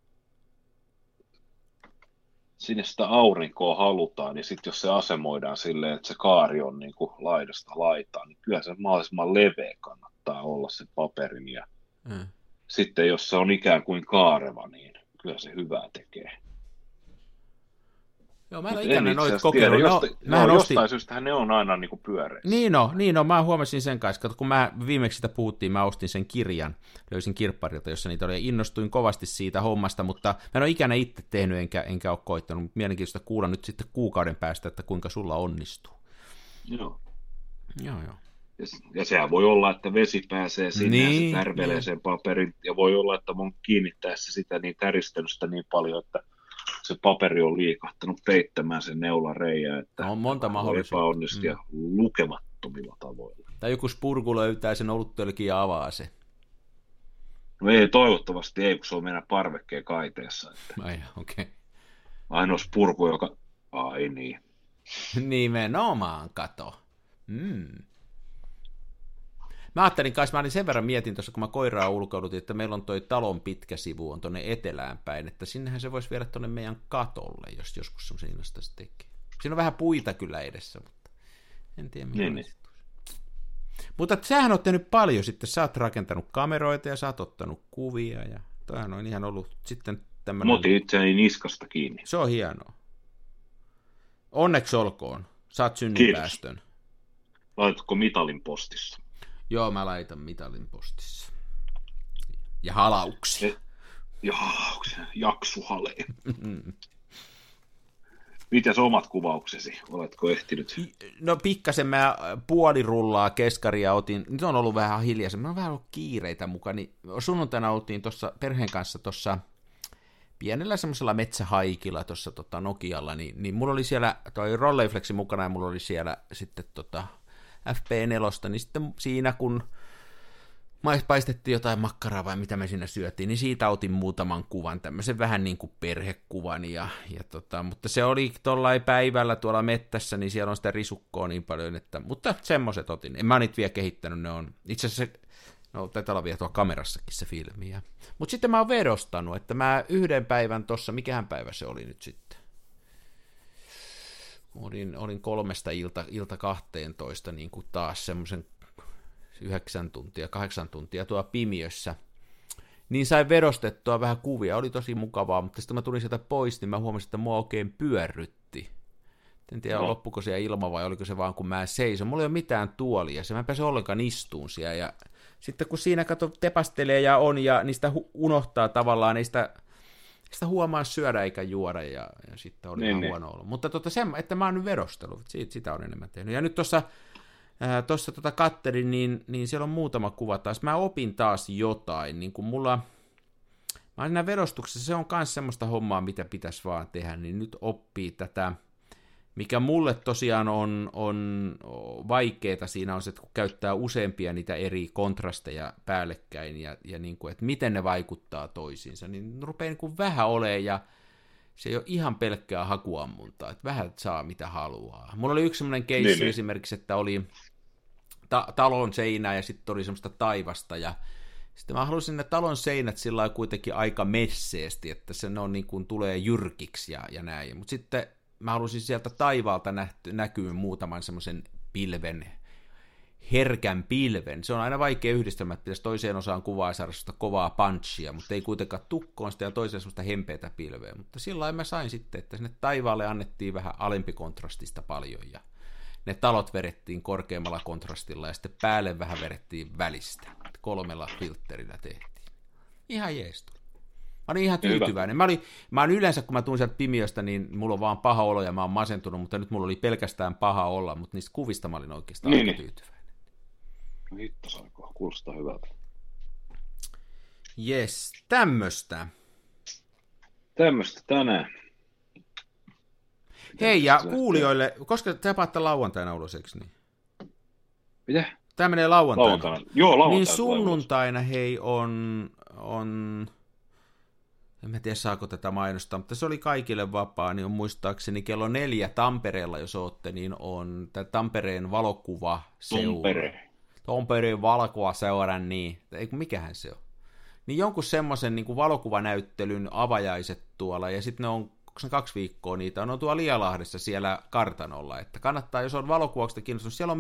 C: sinne sitä aurinkoa halutaan, niin sitten jos se asemoidaan silleen, että se kaari on niin kuin laidasta laitaan, niin kyllä se mahdollisimman leveä kannattaa olla se paperin. Ja sitten jos se on ikään kuin kaareva, niin kyllä se hyvää tekee.
B: Joo, mä en ole ikinä noita kokeillut.
C: Jostain syystähän ne on aina niin kuin pyöreissä.
B: Niin on, mä huomasin sen kanssa, kun mä viimeksi sitä puhuttiin, mä ostin sen kirjan, löysin kirpparilta, jossa niitä oli, ja innostuin kovasti siitä hommasta, mutta mä en ole ikinä itse tehnyt, enkä ole koittanut. Mielenkiintoista kuulla nyt sitten kuukauden päästä, että kuinka sulla onnistuu.
C: Joo.
B: Joo.
C: Ja sehän voi olla, että vesi pääsee sinne ja se tärvelee sen paperin, ja voi olla, että mun kiinnittäessä sitä niin täristänyt sitä niin paljon, että se paperi on liikahtanut peittämään sen neulan reijää, että
B: on monta mahdollisuutta.
C: Epäonnistia lukemattomilla tavoilla.
B: Tai joku spurgu löytää sen oluttölkin ja avaa se.
C: No ei, toivottavasti ei, kun se on meidän parvekkeen kaiteessa.
B: Ai, okei.
C: Ainoa spurgu, joka... Ai niin.
B: Nimenomaan, kato. Mä ajattelin kanssa, mä sen verran mietin tuossa, kun mä koiraa ulkoudutin, että meillä on toi talon pitkä sivu on tuonne etelään päin, että sinnehän se voisi viedä tuonne meidän katolle, jos joskus semmoisen innostaisi tekee. Siinä on vähän puita kyllä edessä, mutta en tiedä mihin. Mutta sähän oot tehnyt paljon sitten, sä oot rakentanut kameroita ja sä oot ottanut kuvia ja toihan on ihan ollut sitten tämmöinen...
C: Mä otin itseäni niskasta kiinni.
B: Se on hienoa. Onneksi olkoon, saat synnyinpäästön.
C: Laitatko mitalin postissa?
B: Joo, mä laitan mitalin postissa. Ja halauksia.
C: Ja halauksia, jaksuhaleen. Mitäs omat kuvauksesi? Oletko ehtinyt?
B: No pikkasen mä puolirullaa keskaria otin. Nyt on ollut vähän hiljaisen. Mä oon vähän ollut kiireitä mukaan. Niin sunnuntaina oltiin tuossa perheen kanssa tuossa pienellä semmoisella metsähaikilla tuossa Nokialla. Niin mulla oli siellä toi Rolleiflexi mukana ja mulla oli siellä sitten FP4, niin sitten siinä kun paistettiin jotain makkaraa vai mitä me siinä syötiin, niin siitä otin muutaman kuvan, tämmöisen vähän niin kuin perhekuvan, mutta se oli tollain päivällä tuolla mettässä, niin siellä on sitä risukkoa niin paljon, mutta semmoiset otin. En mä niitä vielä kehittänyt, ne on itse asiassa, taitaa olla vielä tuolla kamerassakin se filmi. Mutta sitten mä oon vedostanut, että mä yhden päivän tuossa, mikähän päivä se oli nyt sitten? Olin 3:00 ilta 12 niin kuin taas semmoisen 9 tuntia, 8 tuntia tuolla pimiössä, niin sain vedostettua vähän kuvia, oli tosi mukavaa, mutta sitten mä tulin sieltä pois, niin mä huomasin, että mua oikein pyörrytti. En tiedä, loppuko siellä ilma vai oliko se vaan kun mä seison. Mulla ei ole mitään tuolia, mä en pääse ollenkaan istuun siellä, ja sitten kun siinä tepastelee ja niistä unohtaa tavallaan, ei sitä huomaa syödä eikä juoda, ja sitten oli ihan huono olo. Mutta että mä oon nyt vedostellut, sitä on enemmän tehnyt. Ja nyt tuossa kattelin, niin siellä on muutama kuva taas. Mä opin taas jotain, niin kuin mä siinä vedostuksessa, se on myös semmoista hommaa, mitä pitäisi vaan tehdä, niin nyt oppii tätä, mikä mulle tosiaan on vaikeaa siinä on se, että kun käyttää useampia niitä eri kontrasteja päällekkäin, ja niin kuin, että miten ne vaikuttaa toisiinsa, niin rupeaa niin kuin vähän olemaan, ja se ei ole ihan pelkkää hakuammuntaa, että vähän saa mitä haluaa. Mulla oli yksi semmoinen keissi esimerkiksi, että oli talon seinä ja sitten oli semmoista taivasta, ja sitten mä halusin ne talon seinät sillä lailla kuitenkin aika messeesti, että se on niin kuin tulee jyrkiksi ja näin, mutta sitten mä halusin sieltä taivaalta näkyy muutaman semmoisen pilven, herkän pilven. Se on aina vaikea yhdistelmä, että pitäisi toiseen osaan kuvaa saada sitä kovaa punchia, mutta ei kuitenkaan tukkoon sitä ja toiseen semmoista hempeätä pilveä. Mutta sillä lailla mä sain sitten, että sinne taivaalle annettiin vähän alempikontrastista paljon ja ne talot verettiin korkeammalla kontrastilla ja sitten päälle vähän verettiin välistä. 3 filtterillä tehtiin. Ihan jeestu. Mä olin ihan tyytyväinen. Mä oon yleensä, kun mä tuun sieltä pimiöstä, niin mulla on vaan paha olo ja mä oon masentunut, mutta nyt mulla oli pelkästään paha olla, mutta niistä kuvista mä olin oikeastaan aika tyytyväinen.
C: Hittos aikaa, kuulostaa hyvältä.
B: Jes, tämmöstä.
C: Tämmöstä tänään.
B: Hei, ja kuulijoille, koska sä paattaa lauantaina ulos, eikö niin?
C: Mitä?
B: Tämä menee lauantaina.
C: Joo, lauantaina.
B: Niin sunnuntaina hei on... En mä tiedä saako tätä mainostaa, mutta se oli kaikille vapaa, niin on muistaakseni kello 4 Tampereella, jos ootte, niin on tämä Tampereen valokuvaseura. Tampereen valokuvaseura, niin. Mikähän se on? Niin jonkun semmoisen niin kuin valokuvanäyttelyn avajaiset tuolla, ja sitten ne on 2 viikkoa niitä, on tuolla Lialahdessa siellä kartanolla, että kannattaa, jos on valokuvauksesta kiinnostunut, siellä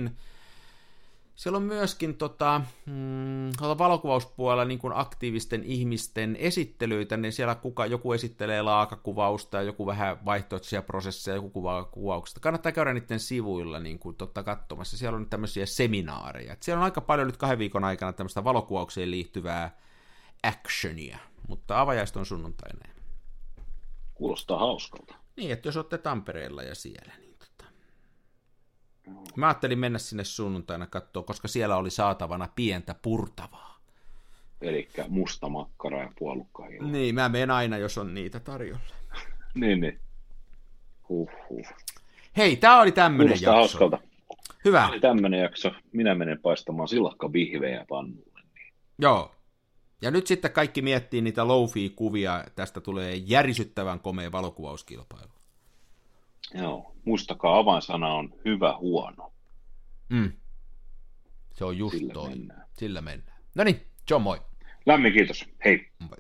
B: on myöskin valokuvauspuolella niin kuin aktiivisten ihmisten esittelyitä, niin siellä joku esittelee laakakuvausta, joku vähän vaihtoehtoisia prosesseja, joku kuvauksesta. Kannattaa käydä niiden sivuilla niin kuin, katsomassa. Siellä on tämmöisiä seminaareja. Et siellä on aika paljon nyt 2 viikon aikana tämmöistä valokuvaukseen liittyvää actionia, mutta avajaiset on sunnuntaina.
C: Kuulostaa hauskalta.
B: Niin, että jos olette Tampereella ja siellä, niin mä ajattelin mennä sinne sunnuntaina katsoa, koska siellä oli saatavana pientä purtavaa.
C: Elikkä musta makkara ja puolukkailla.
B: Niin, mä menen aina, jos on niitä tarjolla.
C: niin.
B: Hei, tää oli tämmönen jakso.
C: Hauskalta.
B: Hyvä.
C: Tää oli tämmönen jakso. Minä menen paistamaan silakkavihvejä pannulle. Niin.
B: Joo. Ja nyt sitten kaikki miettii niitä low-fi-kuvia. Tästä tulee järisyttävän komea valokuvauskilpailu.
C: Joo, muistakaa avainsana on hyvä, huono.
B: Se on just Sillä mennään. No niin, John, moi.
C: Lämmin kiitos, hei.
B: Moi.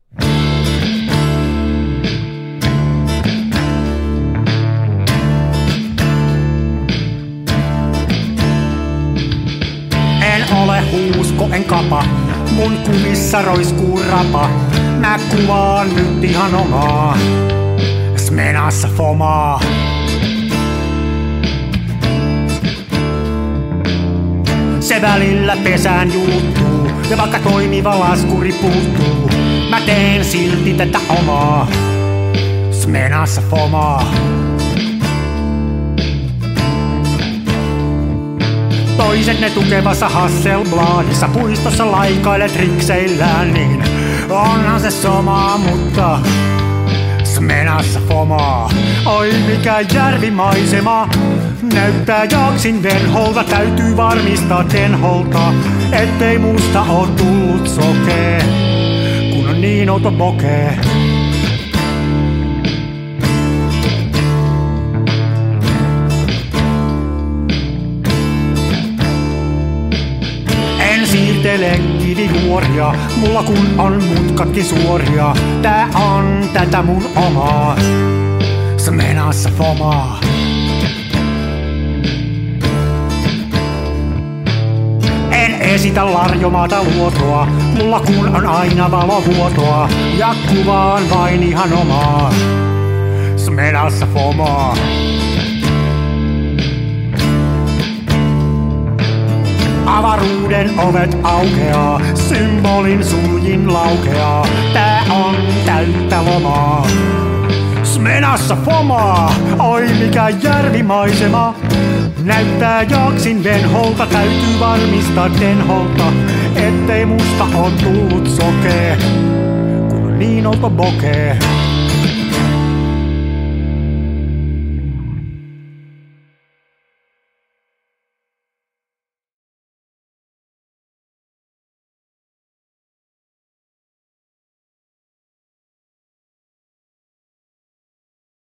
A: En ole huusko, en kapa, mun kumissa roiskuu rapa. Mä kuvaan nyt ihan omaa, Smenassa fomaa. Se välillä pesään juuttuu, ja vaikka toimiva laskuri puuttuu, mä teen silti tätä omaa, Smenassa fomaa. Toiset ne tukevassa Hasselbladissa puistossa laikailet rikseillään, niin onhan se somaa, mutta Smenassa fomaa. Oi mikä järvimaisema, näyttää jaksin venholta, täytyy varmistaa tenholta, ettei musta oo tullut sokee, kun on niin outo bokee. En siirtele kivijuoria, mulla kun on mutkatkin suoria, tää on tätä mun omaa, Smenassa fomaa. En esitä larjomaata luotoa, mulla kun on aina valovuotoa, ja kuvaan vain ihan omaa, Smenassa fomaa. Avaruuden ovet aukeaa, symbolin suljin laukeaa, tää on täyttä lomaa, Smenassa fomaa. Oi mikä järvimaisema, näyttää jaksin venholta, täytyy varmistaa tenholta, ettei musta oo tullut sokee, kun on niin outo bokee.